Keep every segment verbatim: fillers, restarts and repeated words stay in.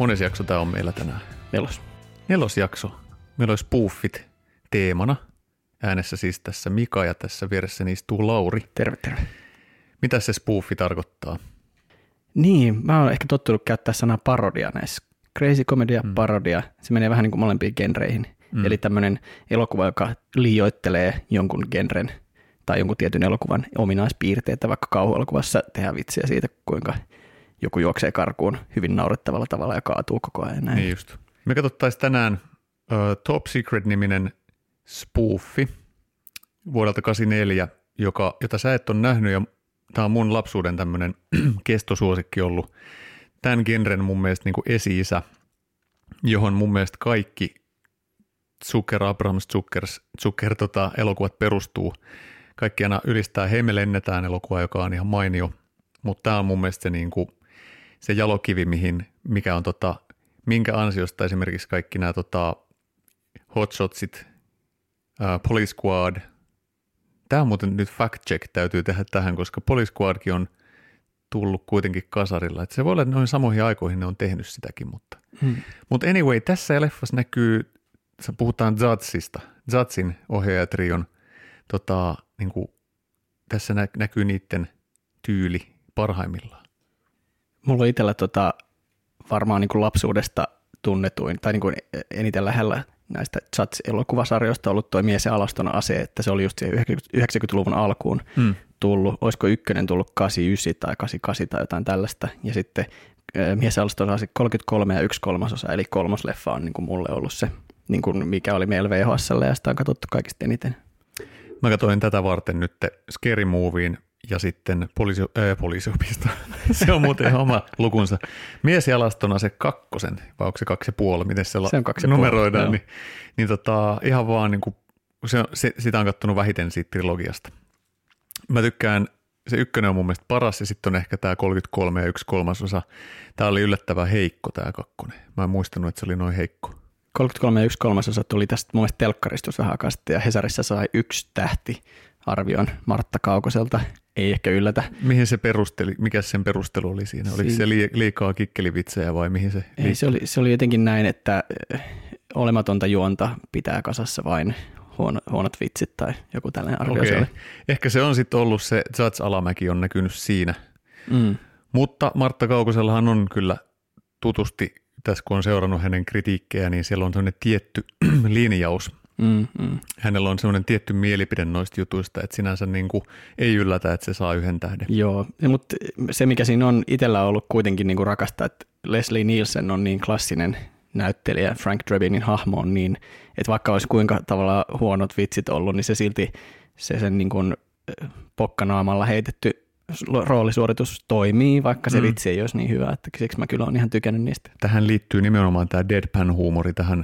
Mones jakso tämä on meillä tänään? Nelos. Nelosjakso. Meillä olisi spoofit teemana. Äänessä siis tässä Mika ja tässä vieressäni istuu Lauri. Terve, terve. Mitä se spoofi tarkoittaa? Niin, mä oon ehkä tottunut käyttää sanaa parodia näissä. Crazy comedia, mm. parodia. Se menee vähän niin kuin molempiin genreihin. Mm. Eli tämmöinen elokuva, joka liioittelee jonkun genren tai jonkun tietyn elokuvan ominaispiirteitä, vaikka kauhuelokuvassa tehdään vitsiä siitä, kuinka joku juoksee karkuun hyvin naurettavalla tavalla ja kaatuu koko ajan. Näin. Niin just. Me katsottaisiin tänään uh, Top Secret-niminen spoofi vuodelta kahdeksankymmentäneljä, joka, jota sä et ole nähnyt, ja tämä on mun lapsuuden tämmöinen kestosuosikki ollut. Tämän genren mun mielestä niin kuin esi-isä, johon mun mielestä kaikki Zucker, Abrahams Zucker, Zucker tota, elokuvat perustuu. Kaikki aina ylistää, hei me lennetään elokuva, joka on ihan mainio, mutta tämä on mun mielestä se, niin kuin, se jalokivi, mihin, mikä on tota, minkä ansiosta esimerkiksi kaikki nämä tota, hotshotsit, uh, Police Squad. Tämä on muuten nyt fact check täytyy tehdä tähän, koska Police Squadkin on tullut kuitenkin kasarilla. Et se voi olla, että noin samoihin aikoihin ne on tehnyt sitäkin, mutta hmm. Mut anyway, tässä leffassa näkyy, puhutaan Zatsista, Zatsin ohjaajatrion, tota, niin kuin, tässä nä- näkyy niiden tyyli parhaimmillaan. Mulla on itsellä tota, varmaan niin kuin lapsuudesta tunnetuin, tai niin kuin eniten lähellä näistä Zats-elokuvasarjoista ollut toi Mies ja alaston ase, että se oli just yhdeksänkymmentäluvun alkuun hmm. tullut. Olisiko ykkönen tullut kahdeksankymmentäyhdeksän tai kahdeksankymmentäkahdeksan tai jotain tällaista. Ja sitten Mies ja alaston ase kolmekymmentäkolme ja yksi kolmasosa, eli kolmas leffa on niin kuin mulle ollut se, niin kuin mikä oli meillä V H S:llä ja sitä on katsottu kaikista eniten. Mä katsoin tätä varten nyt Scary Movien ja sitten poliisi, äh, poliisiopisto. Se on muuten ihan oma lukunsa. Mies ja alaston ase kakkosen, vai onko se kaksi ja puoli, miten se, se on kaksi numeroidaan, puoli, niin, niin tota, ihan vaan niin kuin, se, se, sitä on katsonut vähiten siitä trilogiasta. Mä tykkään, se ykkönen on mun mielestä paras ja sitten on ehkä tämä kolmekymmentäkolme ja yksi kolmasosa. Tämä oli yllättävän heikko tämä kakkonen. Mä en muistanut, että se oli noin heikko. kolmekymmentäkolme ja yksi kolmasosa tuli tästä mun mielestä telkkarista vähän aikaa sitten ja Hesarissa sai yksi tähti arvion Martta Kaukoselta. Ei ehkä yllätä. Mihin se perusteli, mikä sen perustelu oli siinä? Oliko se liikaa kikkelivitsejä vai mihin se? Ei, se oli, se oli jotenkin näin, että olematonta juonta pitää kasassa vain huono, huonot vitsit tai joku tällainen arvio. Okay. Se oli. Ehkä se on sitten ollut se Zats-alamäki on näkynyt siinä. Mm. Mutta Martta Kaukosellahan on kyllä tutusti, tässä kun on seurannut hänen kritiikkejä, niin siellä on sellainen tietty linjaus. Mm, mm. Hänellä on sellainen tietty mielipide noista jutuista, että sinänsä niin kuin ei yllätä, että se saa yhden tähden. Joo, mutta se mikä siinä on itsellä ollut kuitenkin niin kuin rakasta, että Leslie Nielsen on niin klassinen näyttelijä, Frank Drebinin hahmo on niin, että vaikka olisi kuinka tavallaan huonot vitsit ollut, niin se silti se sen niin kuin pokkanaamalla heitetty roolisuoritus toimii, vaikka se mm. vitsi ei olisi niin hyvä, että siksi mä kyllä olen ihan tykännyt niistä. Tähän liittyy nimenomaan tämä deadpan-huumori tähän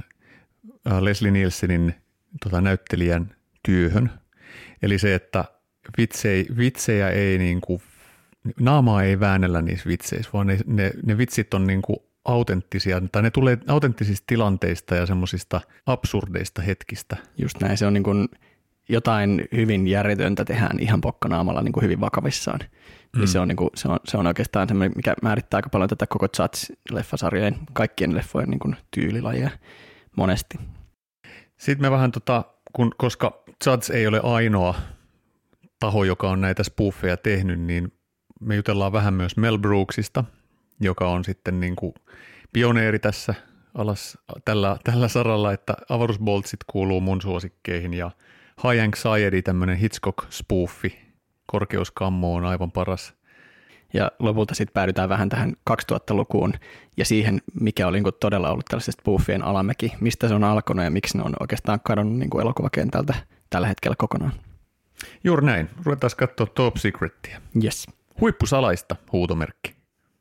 Leslie Nielsenin tota, näyttelijän työhön. Eli se, että vitsei, vitsejä ei niin kuin, naamaa ei väännellä niissä vitseissä, vaan ne, ne, ne vitsit on niin kuin autenttisia, tai ne tulee autenttisista tilanteista ja semmoisista absurdeista hetkistä. Just näin, se on niin kuin jotain hyvin järjetöntä tehdään ihan pokkanaamalla niin kuin hyvin vakavissaan. Mm. Niin se, on niin kuin, se, on, se on oikeastaan semmoinen, mikä määrittää aika paljon tätä koko Zats-leffasarjojen, kaikkien leffojen niin kuin tyylilajia monesti. Sitten me vähän, tota, kun, koska Zats ei ole ainoa taho, joka on näitä spoofeja tehnyt, niin me jutellaan vähän myös Mel Brooksista, joka on sitten niin kuin pioneeri tässä alas, tällä, tällä saralla, että avaruusboltsit kuuluu mun suosikkeihin ja High Anxiety, tämmöinen Hitchcock-spoofi, korkeuskammo on aivan paras. Ja lopulta sitten päädytään vähän tähän kaksituhattalukuun ja siihen, mikä oli niin todella ollut tällaisesta spoofien alamäki, mistä se on alkanut ja miksi ne on oikeastaan kadonnut niin elokuvakentältä tällä hetkellä kokonaan. Juuri näin. Ruvetaan katsoa Top Secretia. Yes. Huippusalaista, huutomerkki.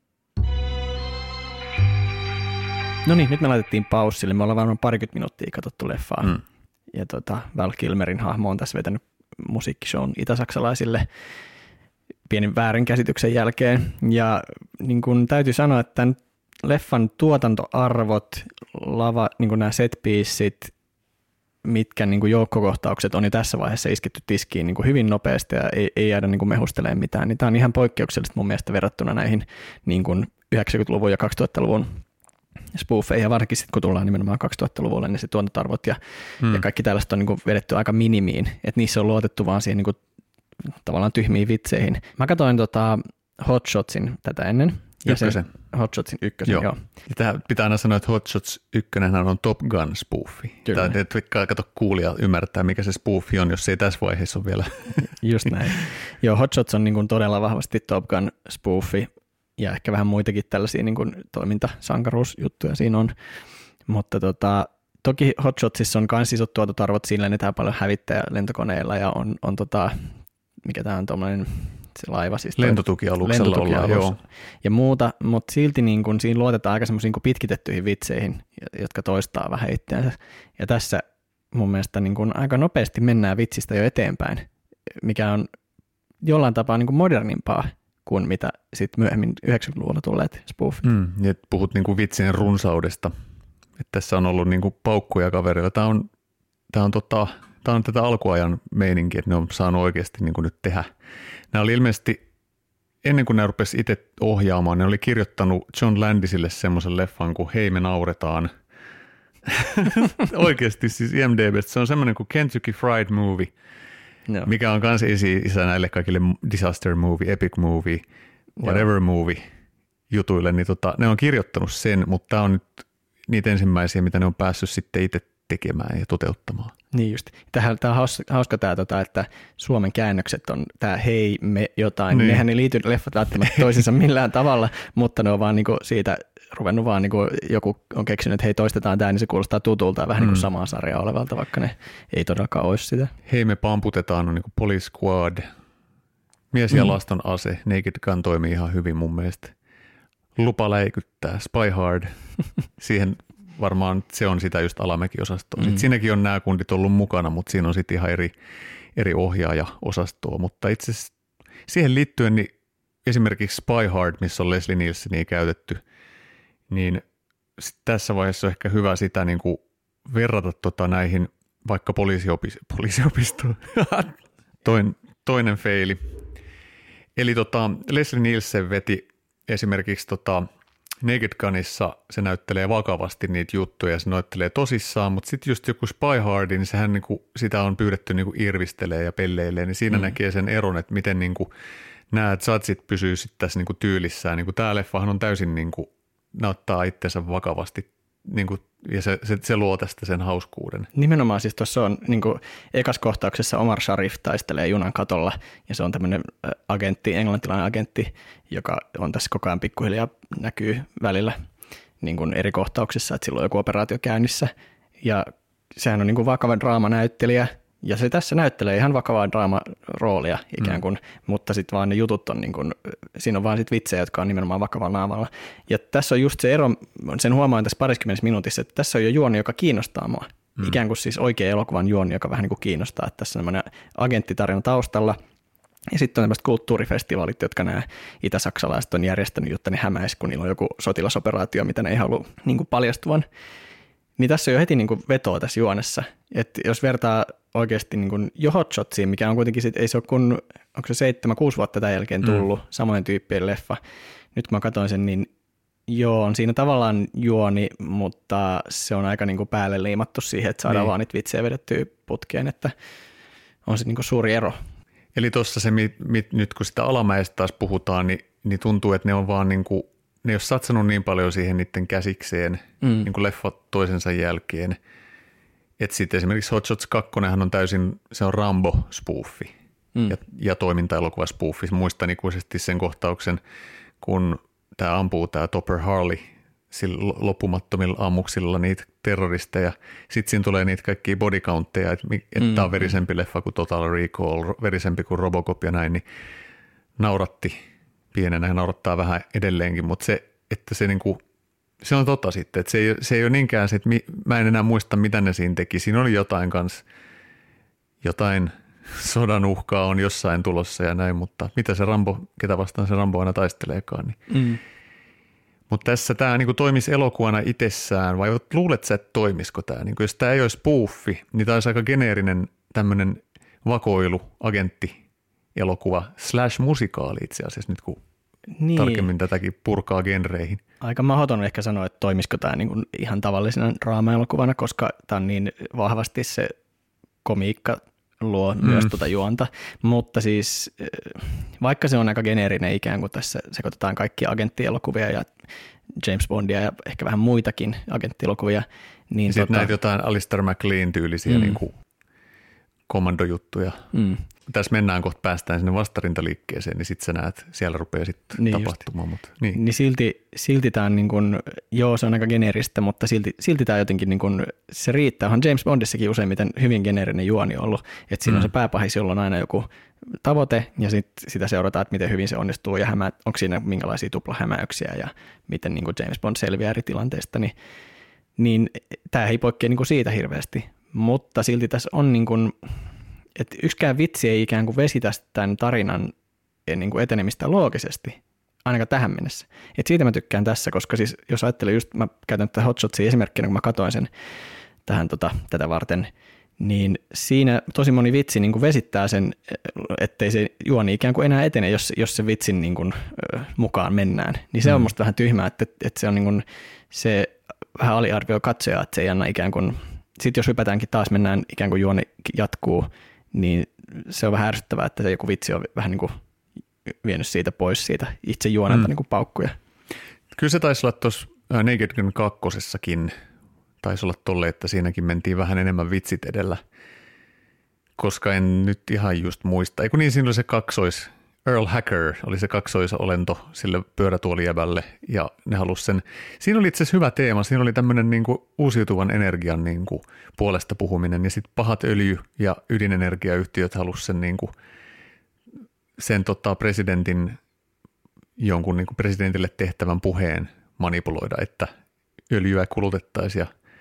No niin, nyt me laitettiin paussille. Me ollaan varmaan parikymmentä minuuttia katsottu leffaa. Mm. Ja tota, Val Kilmerin hahmo on tässä vetänyt musiikkishown itäsaksalaisille pienen väärinkäsityksen jälkeen. Ja niin kun täytyy sanoa, että tämän leffan tuotantoarvot, lava, niin kun nämä set-pieceit, mitkä niin kun joukkokohtaukset on jo tässä vaiheessa isketty tiskiin niin kun hyvin nopeasti ja ei, ei jäädä niin kun mehustelemaan mitään, niin tämä on ihan poikkeuksellista mun mielestä verrattuna näihin niin kun yhdeksänkymmentäluvun ja kaksituhattaluvun spoofeihin, ja varsinkin sitten kun tullaan nimenomaan kaksituhattaluvulle, niin se tuotantoarvot ja, hmm. ja kaikki tällaista on niin kuin vedetty aika minimiin, että niissä on luotettu vaan siihen niin kuin, tavallaan tyhmiin vitseihin. Mä katsoin tota Hot Shotsin tätä ennen. Ykkösen. Hot Shotsin ykkösen, joo. joo. Tähän pitää aina sanoa, että Hot Shots ykkönen on Top Gun spoofi. Kyllä. Tämä ei kato kuulija ymmärtää, mikä se spoofi on, jos ei tässä vaiheessa ole vielä. Just näin. Joo, Hot Shots on niin kuin todella vahvasti Top Gun spoofi ja ehkä vähän muitakin tällaisia niin kuin toimintasankaruusjuttuja siinä on. Mutta tota, toki Hot Shotsissa on myös isot tuotantoarvot, sillä lennetään paljon hävittäjä lentokoneilla ja on, on tota, mikä tämä on tuommoinen se laiva. Siis lentotukialuksella lentotukialus ollaan, joo. Ja muuta, mutta silti niin kun siinä luotetaan aika semmoisiin niin pitkitettyihin vitseihin, jotka toistaa vähän itseänsä. Ja tässä mun mielestä niin kun aika nopeasti mennään vitsistä jo eteenpäin, mikä on jollain tapaa niin kun modernimpaa kuin mitä sitten myöhemmin yhdeksänkymmentäluvulla tulleet spoofit. Mm, ja puhut niin kuin vitsien runsaudesta. Että tässä on ollut niin kuin paukkuja kavereita. Tämä on, tämä on, tota, tämä on tätä alkuajan meininkiä, että ne on saanut oikeasti niin kuin nyt tehdä. Nämä oli ilmeisesti, ennen kuin ne rupesi itse ohjaamaan, ne oli kirjoittanut John Landisille semmoisen leffan kuin Hei me nauretaan. Oikeasti siis I M D B:stä se on semmoinen kuin Kentucky Fried Movie, no. mikä on kans isi-isä näille kaikille disaster movie, epic movie, whatever Joo. movie jutuille. Niin tota, ne on kirjoittanut sen, mutta tämä on nyt niitä ensimmäisiä, mitä ne on päässyt sitten itse tekemään ja toteuttamaan. Niin just. Tämä on hauska, hauska tämä, tota, että Suomen käännökset on tämä hei me jotain. Niin. Nehän ei liity leffat välttämättä toisensa millään tavalla, mutta ne on vaan niinku siitä ruvennut vaan niinku joku on keksinyt, että hei toistetaan tämä, niin se kuulostaa tutulta vähän mm. niin kuin samaa sarjaa olevalta, vaikka ne ei todellakaan olisi sitä. Hei me pamputetaan on niin kuin Police Squad. Mies ja mm. laston ase. Naked Gun toimii ihan hyvin mun mielestä. Lupa läikyttää. Spy Hard. Siihen varmaan se on sitä just Alamäki-osastoa. Mm. Siinäkin on nämä kundit ollut mukana, mutta siinä on sitten ihan eri, eri ohjaaja-osastoa. Mutta itse asiassa siihen liittyen niin esimerkiksi Spy Hard, missä on Leslie Nielsenia käytetty, niin tässä vaiheessa on ehkä hyvä sitä niin kuin verrata tota näihin vaikka poliisiopistoon. Poliisiopisto. Toin, toinen feili. Eli tota, Leslie Nielsen veti esimerkiksi tota Naked Gunissa, se näyttelee vakavasti niitä juttuja ja se näyttelee tosissaan, mutta sitten just joku Spy Hard, niin sehän niinku, sitä on pyydetty niinku irvistelee ja pelleilee, niin siinä mm. näkee sen eron, että miten niinku nämä judgeit pysyy sitten tässä niinku tyylissään. Niinku tämä leffahan on täysin niinku, näyttää itsensä vakavasti niinku, ja se, se, se luo tästä sen hauskuuden. Nimenomaan siis tuossa on niinku, ekas kohtauksessa Omar Sharif taistelee junan katolla ja se on tämmöinen agentti, englantilainen agentti, joka on tässä koko ajan pikkuhiljaa näkyy välillä niin kuin eri kohtauksissa, että silloin on joku operaatio käynnissä ja sehän on niin kuin vakava draamanäyttelijä ja se tässä näyttelee ihan vakavaa draamaroolia ikään kuin, mm. mutta sitten vaan ne jutut on niin kuin, siinä on vaan sit vitsejä, jotka on nimenomaan vakavalla naamalla. Ja tässä on just se ero, sen huomaan tässä pariskymmenessä minuutissa, että tässä on jo juoni, joka kiinnostaa mua. Mm. Ikään kuin siis oikea elokuvan juoni, joka vähän niin kuin kiinnostaa, että tässä on semmoinen agenttitarina taustalla. Ja sitten on tämmöiset kulttuurifestivaalit, jotka nämä itä-saksalaiset on järjestänyt, jotta ne hämäisi, kun niillä on joku sotilasoperaatio, mitä ne ei halua niin kuin paljastuvan. Niin tässä on jo heti niin kuin vetoa tässä juonessa. Että jos vertaa oikeasti niin kuin jo Hot Shotsiin, mikä on kuitenkin, sit, ei se ole kun, onko se seitsemän, kuusi vuotta tämän jälkeen tullut, mm. samoin tyyppien leffa. Nyt kun mä katsoin sen, niin joo, on siinä tavallaan juoni, mutta se on aika niin kuin päälle liimattu siihen, että saadaan niin. vaan niitä vitsejä vedettyä putkeen, että on se niin kuin suuri ero. Eli tuossa se, mit, mit, nyt kun sitä alamäestä taas puhutaan, niin, niin tuntuu, että ne on vaan niin kuin, ne ei ole satsannut niin paljon siihen niiden käsikseen, mm. niin kuin leffat toisensa jälkeen. Että sitten esimerkiksi Hot Shots kaksi on täysin, se on Rambo-spoofi mm. ja, ja toiminta-elokuva-spoofi. Muistan ikuisesti sen kohtauksen, kun tämä ampuu tämä Topper Harley sillä loppumattomilla ammuksilla niitä terroristeja. Sitten siinä tulee niitä kaikkia bodycountteja, että mm. tämä on verisempi leffa kuin Total Recall, verisempi kuin Robocop ja näin, niin nauratti pienenä ja naurattaa vähän edelleenkin, mutta se, että se niinku, se on totta sitten, että se ei, se ei ole niinkään se, että mi, mä en enää muista, mitä ne siinä teki. Siinä oli jotain kanssa, jotain sodan uhkaa on jossain tulossa ja näin, mutta mitä se Rambo, ketä vastaan se Rambo aina taisteleekaan. Niin. Mm. Mutta tässä tämä niinku toimisi elokuvana itsessään, vai luulet sä, että toimisiko tämä? Niinku, jos tämä ei olisi spoofi, niin tämä olisi aika geneerinen tämmöinen vakoilu, agentti, elokuva slash musikaali itse asiassa nyt kun niin. tarkemmin tätäkin purkaa genreihin. Aika mahdoton ehkä sanoa, että toimisiko tämä niin kuin ihan tavallisena draama-elokuvana, koska tämä on niin vahvasti se komiikka luo mm. myös tuota juonta, mutta siis vaikka se on aika geneerinen ikään kuin tässä sekoitetaan kaikki agenttielokuvia ja James Bondia ja ehkä vähän muitakin agenttielokuvia. Niin sitten tota... näitä jotain Alistair McLean tyylisiä mm. niin kuin kommandojuttuja. Mm. Tässä mennään kohta päästään sinne vastarintaliikkeeseen, niin sitten sä näet, siellä rupeaa sitten niin tapahtumaan. Mutta, niin. niin silti, silti tämä on niin kuin, joo se on aika geneeristä, mutta silti, silti tämä jotenkin niin kuin, se riittää. On James Bondissakin useimmiten hyvin geneerinen juoni ollut, että siinä mm. on se pääpahis, jolla on aina joku tavoite ja sitten sitä seurataan, että miten hyvin se onnistuu ja hämä, onko siinä minkälaisia tuplahämäyksiä ja miten niin kuin James Bond selviää eri tilanteista, niin, niin tämä ei poikkea niin kuin siitä hirveästi, mutta silti tässä on niin kuin, että yksikään vitsi ei ikään kuin vesitä tämän tarinan niin kuin etenemistä loogisesti, ainakaan tähän mennessä. Et siitä mä tykkään tässä, koska siis jos ajattelen just, mä käytän tätä Hot Shotsia esimerkkinä, kun mä katsoin sen tähän, tota, tätä varten, niin siinä tosi moni vitsi niin kuin vesittää sen, ettei se juoni ikään kuin enää etene, jos, jos se vitsin niin kuin, mukaan mennään. Niin se mm. on musta vähän tyhmää, että, että se on niin kuin, se vähän aliarvioi katsojaa, että se ei anna ikään kuin, sitten jos hypätäänkin taas mennään ikään kuin juoni jatkuu, niin se on vähän ärsyttävää, että se joku vitsi on vähän niin kuin vienyt siitä pois siitä itse juonelta mm. niin kuin paukkuja. Kyllä se taisi olla tuossa Naked Gun kakkosessakin, taisi olla tolle, että siinäkin mentiin vähän enemmän vitsit edellä, koska en nyt ihan just muista. Eiku niin, siinä oli se kaksois, Earl Hacker oli se kaksoisolento sille pyörätuolijäbälle ja ne halusi sen. Siinä oli itse asiassa hyvä teema, siinä oli tämmöinen niin kuin uusiutuvan energian niin kuin puolesta puhuminen ja sitten pahat öljy- ja ydinenergiayhtiöt halusi sen, niin kuin, sen tota, presidentin, jonkun niin kuin presidentille tehtävän puheen manipuloida, että öljyä kulutettaisiin.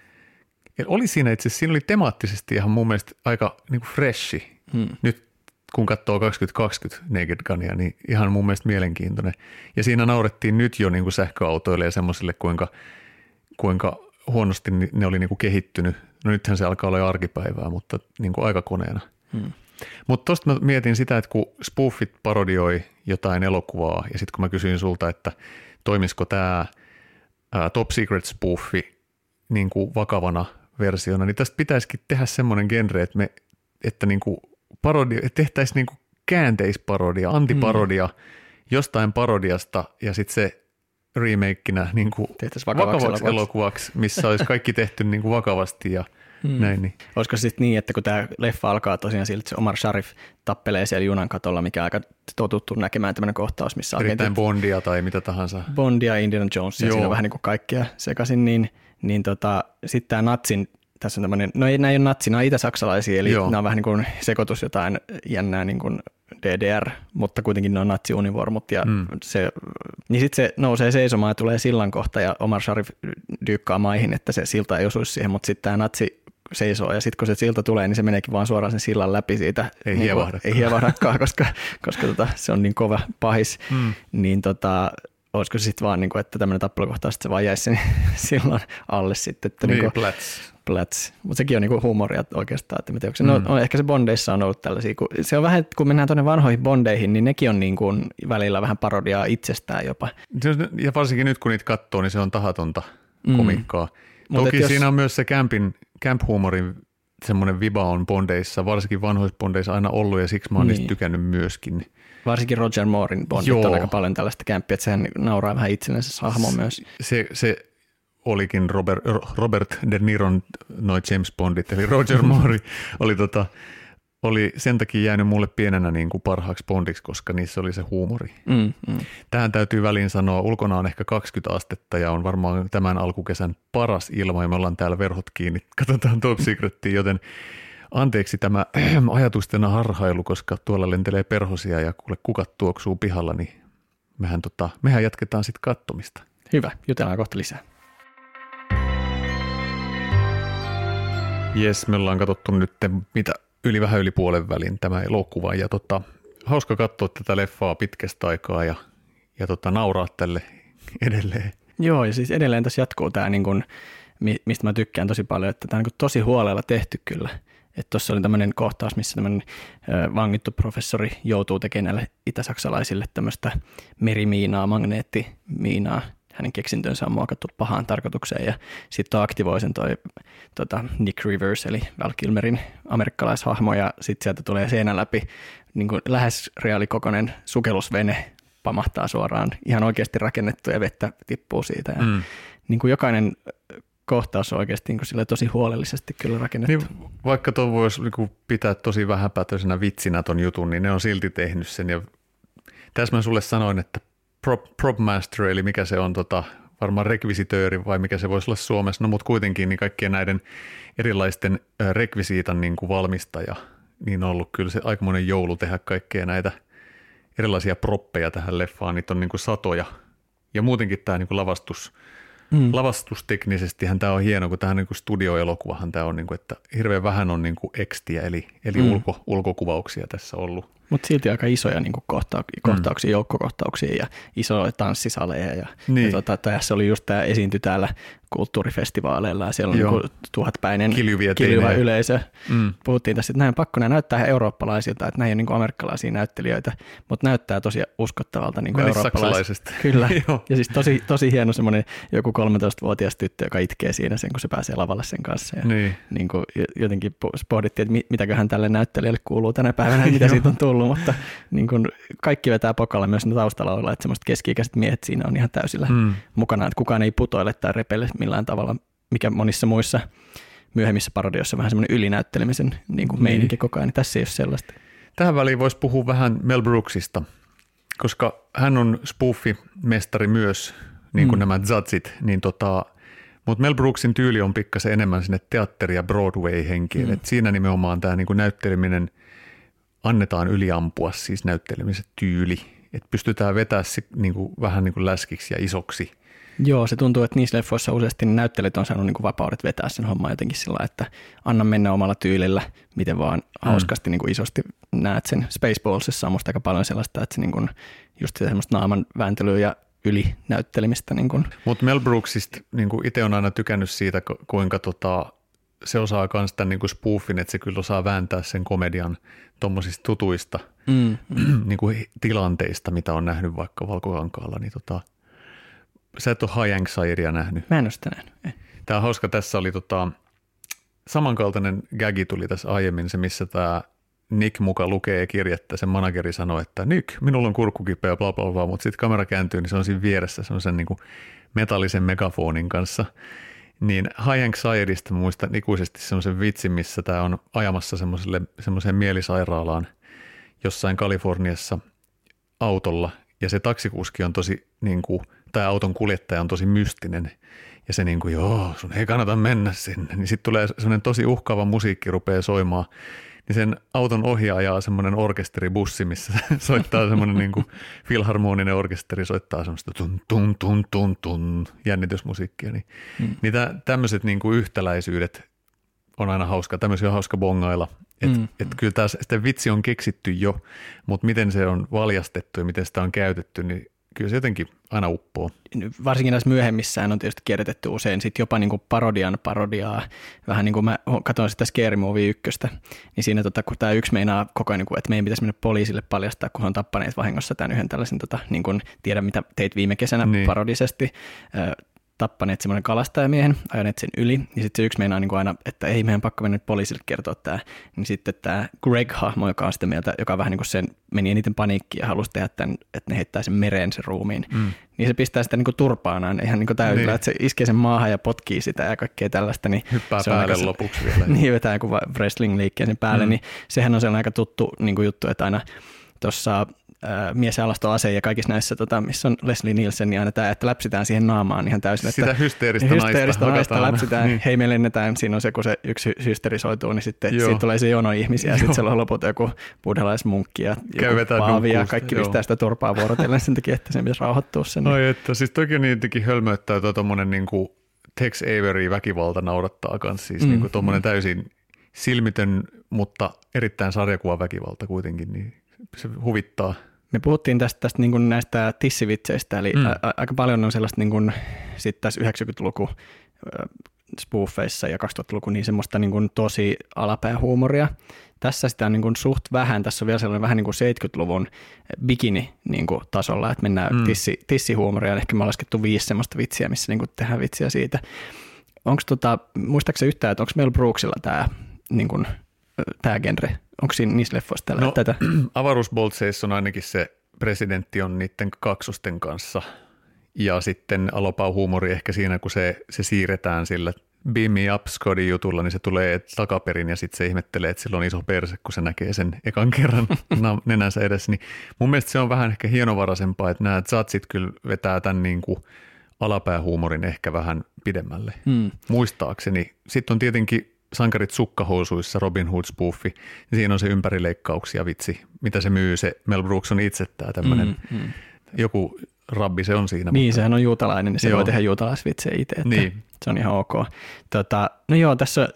Ja oli siinä itse asiassa, siinä oli temaattisesti ihan mun mielestä aika niin kuin freshi. Hmm. Nyt kun katsoo kaksituhattakaksikymmentä Naked Gunia, niin ihan mun mielestä mielenkiintoinen. Ja siinä naurettiin nyt jo niin kuin sähköautoille ja semmoisille, kuinka, kuinka huonosti ne oli niin kuin kehittynyt. No nythän se alkaa olla jo arkipäivää, mutta niin kuin aikakoneena. Hmm. Mutta tuosta mä mietin sitä, että kun spoofit parodioi jotain elokuvaa ja sitten kun mä kysyin sulta, että toimisiko tämä Top Secret spoofi niin kuin vakavana versiona, niin tästä pitäisikin tehdä semmoinen genre, että, me, että niin kuin parodia, tehtäisiin niin kuin käänteisparodia, antiparodia mm. jostain parodiasta ja sitten se remakenä niin kuin vakavaksi, vakavaksi elokuvaksi, missä olisi kaikki tehty niin kuin vakavasti ja mm. näin. Niin. Olisiko sitten niin, että kun tämä leffa alkaa tosiaan siltä, että se Omar Sharif tappelee siellä junan katolla, mikä on aika totuttu näkemään tämmöinen kohtaus, missä erittäin Bondia tai mitä tahansa. Bondia, Indiana Jones ja siinä on vähän niin kuin kaikkea sekaisin, niin, niin tota, sitten tämä natsin, tässä on tämmöinen, no ei, nämä ei ole natsi, nämä on itä-saksalaisia, eli Joo. nämä on vähän niin kuin sekoitus jotain jännää niin kuin D D R, mutta kuitenkin ne on natsiunivormut ja mm. se, niin sitten se nousee seisomaan ja tulee sillan kohta ja Omar Sharif dyykkaa maihin, että se silta ei osuisi siihen, mutta sitten tämä natsi seisoo ja sitten kun se silta tulee, niin se meneekin vaan suoraan sen sillan läpi siitä. Ei niin hievahdakaan. Ei hievahdakaan, koska, koska tota, se on niin kova pahis, mm. niin tota, olisiko se sitten vaan, niin kuin, että tämmöinen tappelukohtaus, että se vaan jäisi sen sillan alle sitten. Että niin, niin plats. Plats. Mutta sekin on niinku huumoria oikeastaan. Että tiedä, se, mm. no, on, ehkä se Bondeissa on ollut tällaisia. Kun, se on vähän, kun mennään tuonne vanhoihin Bondeihin, niin nekin on niinku välillä vähän parodiaa itsestään jopa. Ja varsinkin nyt, kun niitä katsoo, niin se on tahatonta komiikkaa. Mm. Toki jos... siinä on myös se campin, camp-huumorin semmoinen viba on Bondeissa, varsinkin vanhoissa Bondeissa aina ollut, ja siksi mä oon niin. niistä tykännyt myöskin. Varsinkin Roger Moorein Bondit Joo. on aika paljon tällaista campia, että sehän nauraa vähän itsellensä hahmo myös. Se, se olikin Robert, Robert De Niron noi James Bondit, eli Roger Moore oli, tota, oli sen takia jäänyt mulle pienenä niin kuin parhaaksi Bondiksi, koska niissä oli se huumori. Mm, mm. Tähän täytyy väliin sanoa, ulkona on ehkä kaksikymmentä astetta ja on varmaan tämän alkukesän paras ilma ja me ollaan täällä verhot kiinni, katsotaan Top Secretia, joten anteeksi tämä ajatustena harhailu, koska tuolla lentelee perhosia ja kuule kukat tuoksuu pihalla, niin mehän, tota, mehän jatketaan sitten kattomista. Hyvä, jutellaan kohta lisää. Jes, me ollaan katsottu nyt mitä yli vähän yli puolen välin tämä elokuva ja tota, hauska katsoa tätä leffaa pitkästä aikaa ja, ja tota, nauraa tälle edelleen. Joo, ja siis edelleen tässä jatkuu tämä, niin kun, mistä mä tykkään tosi paljon, että tämä on niin tosi huolella tehty kyllä. Että tuossa oli tämmöinen kohtaus, missä tämmöinen vangittu professori joutuu tekemään näille itäsaksalaisille tämmöistä merimiinaa, magneettimiinaa. Hänen keksintönsä on muokattu pahaan tarkoitukseen ja sitten aktivoi sen toi tota Nick Rivers eli Val Kilmerin amerikkalaishahmo ja sitten sieltä tulee seinän läpi niin kuin lähes reaalikokoinen sukellusvene pamahtaa suoraan ihan oikeasti rakennettu ja vettä tippuu siitä ja mm. niin kuin jokainen kohtaus on oikeasti niin kuin tosi huolellisesti kyllä rakennettu. Niin, vaikka tuon voisi niin pitää tosi vähäpätöisenä vitsinä ton jutun, niin ne on silti tehnyt sen ja tässä mä sulle sanoin, että Prop, prop master, eli mikä se on, tota, varmaan rekvisitööri vai mikä se voisi olla Suomessa, no mutta kuitenkin niin kaikkien näiden erilaisten rekvisiitan niin kuin valmistaja, niin on ollut kyllä se aikamoinen joulu tehdä kaikkea näitä erilaisia proppeja tähän leffaan, niitä on niin kuin satoja. Ja muutenkin tämä niin kuin lavastus, mm. lavastusteknisestihän tämä on hieno, kun tähän niin kuin studioelokuvahan tämä on, niin kuin, että hirveän vähän on niin kuin ekstiä, eli, eli mm. ulko, ulkokuvauksia tässä ollut. Mutta silti aika isoja niin kohta- kohtauksia, mm. joukkokohtauksia ja isoja tanssisaleja. Ja, niin. ja tota, tässä oli just tämä esiintyi täällä kulttuurifestivaaleilla ja siellä on niin tuhatpäinen kiljuva yleisö. Mm. Puhuttiin tässä, että näin on pakko nämä näyttää ihan eurooppalaisilta, että näin on niin amerikkalaisia näyttelijöitä, mutta näyttää tosi uskottavalta niin eurooppalaisista. Kyllä. Ja siis tosi, tosi hieno semmoinen joku kolmetoistavuotias tyttö, joka itkee siinä sen, kun se pääsee lavalle sen kanssa. Ja niin. Niin kuin jotenkin pohdittiin, että mitäköhän tälle näyttelijälle kuuluu tänä päivänä, mitä siitä on tullut. Mutta niin kuin kaikki vetää pokalla myös taustalla, että semmoiset keski-ikäiset miehet siinä on ihan täysillä mm. mukana, että kukaan ei putoile tai repele millään tavalla, mikä monissa muissa myöhemmissä parodioissa vähän semmoinen ylinäyttelemisen niin kuin meininki niin. koko ajan, niin tässä ei ole sellaista. Tähän väliin voisi puhua vähän Mel Brooksista, koska hän on spoofi-mestari myös, niin kuin mm. nämä Zazit, niin tota, mutta Mel Brooksin tyyli on pikkasen enemmän sinne teatteri- ja Broadway-henkiin, mm. että siinä nimenomaan tämä niin kuin näytteleminen annetaan yliampua, siis näyttelemisen tyyli, että pystytään vetämään se niin kuin, vähän niin kuin läskiksi ja isoksi. Joo, se tuntuu, että niissä leffoissa useasti näyttelijät on saanut niin kuin vapaudet vetää sen homman jotenkin sillä, että anna mennä omalla tyylillä, miten vaan mm. hauskasti niin kuin isosti näet sen. Spaceballsissa on musta aika paljon sellaista, että se niin kuin, just semmoista naaman vääntelyä ja ylinäyttelemistä. Niin kuin. Mutta Mel Brooksista niin kuin itse on aina tykännyt siitä, kuinka tota, se osaa myös tämän niin kuin spoofin, että se kyllä osaa vääntää sen komedian tuommoisista tutuista mm. niin kuin tilanteista, mitä on nähnyt vaikka Valkokankaalla, niin tota, sä et ole High Anxietyä nähnyt. Mä en ole sitä nähnyt. Eh. Tämä on hauska, tässä oli tota, samankaltainen gagi tuli tässä aiemmin, se missä tämä Nick muka lukee kirjettä, sen manageri sanoi, että Nick, minulla on kurkku kipeä, bla bla bla, mutta sitten kamera kääntyy, niin se on siinä vieressä semmoisen niin kuin metallisen megafonin kanssa. Niin High Anxietystä muistan ikuisesti semmoisen vitsin, missä tämä on ajamassa semmoiseen mielisairaalaan jossain Kaliforniassa autolla, ja se taksikuski on tosi, niin kuin, tai auton kuljettaja on tosi mystinen, ja se niin kuin, joo, sun ei kannata mennä sinne, niin sitten tulee semmoinen tosi uhkaava musiikki rupeaa soimaan, niin sen auton ohi ajaa semmoinen orkesteribussi, missä soittaa semmoinen niin kuin filharmoninen orkesteri, soittaa semmoista tun tun tun tun tun jännitysmusiikkia. Niin, hmm. niin tämmöiset niin kuin yhtäläisyydet on aina hauska, tämmöisiä on hauska bongailla. Että hmm. et kyllä tämä sitten vitsi on keksitty jo, mutta miten se on valjastettu ja miten sitä on käytetty, niin kyllä se jotenkin aina uppoo. Varsinkin näissä myöhemmissään on tietysti kierrätetty usein sit jopa niin kuin parodian parodiaa. Vähän niin kuin mä katsoin sitä Scary Movie ykköstä, niin siinä tota, kun tämä yksi meinaa koko ajan, että meidän pitäisi mennä poliisille paljastaa, kun he on tappaneet vahingossa tämän yhden tällaisen, tota, niin kuin tiedä mitä teit viime kesänä niin. parodisesti, tappaneet semmoinen kalastajamiehen, ajaneet sen yli, ja sitten se yksi meinaa niin kuin aina, että ei meidän pakko mennä poliisille kertoa tämä, niin sitten tämä Greg-hahmo, joka on sitä mieltä, joka vähän niin kuin sen meni eniten paniikkiin ja halusi tehdä tämän, että ne heittää sen mereen sen ruumiin, mm. niin se pistää sitä niin kuin turpaanaan ihan niin kuin täydellä, niin. että se iskee sen maahan ja potkii sitä ja kaikkea tällaista. Niin hyppää se päälle aika, lopuksi vielä. Niin, vetää joku wrestling-liikkeen sen päälle, mm. niin sehän on sellainen aika tuttu niin kuin juttu, että aina tuossa mies ja alastoase ja kaikissa näissä, tota, missä on Leslie Nielsen, niin aina tämä, että läpsitään siihen naamaan ihan täysin. Sitä että hysteeristä, hysteeristä naista, naista läpsitään, niin. hei me lennetään, siinä on se, kun se yksi hysterisoituu, niin sitten siitä tulee se jono ihmisiä, ja sitten siellä on lopulta joku buddhalaismunkki ja joku paavi, ja kaikki joo. pistää sitä turpaa vuorotellen sen takia, että sen pitäisi rauhoittua sen. Ai että, siis toki niitäkin hölmöittää tuo tommonen niinku Tex Avery väkivalta naurattaa kanssa, siis mm. niinku tommonen täysin silmitön, mutta erittäin sarjakuva väkivalta kuitenkin, niin se huvittaa. Me puhuttiin tästä, tästä niin kuin näistä tissivitseistä, eli mm. a, aika paljon on sellaista niin kuin, sit tässä yhdeksänkymmentäluku spoofeissa ja kaksituhattaluku niin semmoista niin kuin tosi alapäähuumoria. Tässä sitä on niin kuin suht vähän, tässä on vielä sellainen vähän niin kuin seitsemänkymmentäluvun bikini niin kuin tasolla, että mennään mm. tissi, tissihuumoria, ehkä me on laskettu viisi semmoista vitsiä, missä niin kuin tehdään vitsiä siitä. Onko tota, muistaakseni yhtään, että onko Mel Brooksilla tämä niin kuin, tämä genre? Onko siinä niissä leffoissa tällä no, tätä? Avaruusboltseissa on ainakin se presidentti on niiden kaksosten kanssa ja sitten alopau-huumori ehkä siinä, kun se, se siirretään sillä Beam Me Up Scotty jutulla, niin se tulee takaperin ja sitten se ihmettelee, että sillä on iso perse, kun se näkee sen ekan kerran nenänsä edessä. Niin mun mielestä se on vähän ehkä hienovaraisempaa, että nämä zatsit kyllä vetää tämän niin kuin alapäähuumorin ehkä vähän pidemmälle, hmm. muistaakseni. Sitten on tietenkin Sankarit sukkahousuissa, Robin Hood spoofi, ja siinä on se ympärileikkauksia vitsi, mitä se myy, se Mel Brooks on itse tämä tämmöinen, mm, mm. joku rabbi se on siinä. Niin, mutta sehän on juutalainen, niin se joo. voi tehdä juutalaisvitsejä itse, että niin. Se on ihan ok. Tota, no joo, tässä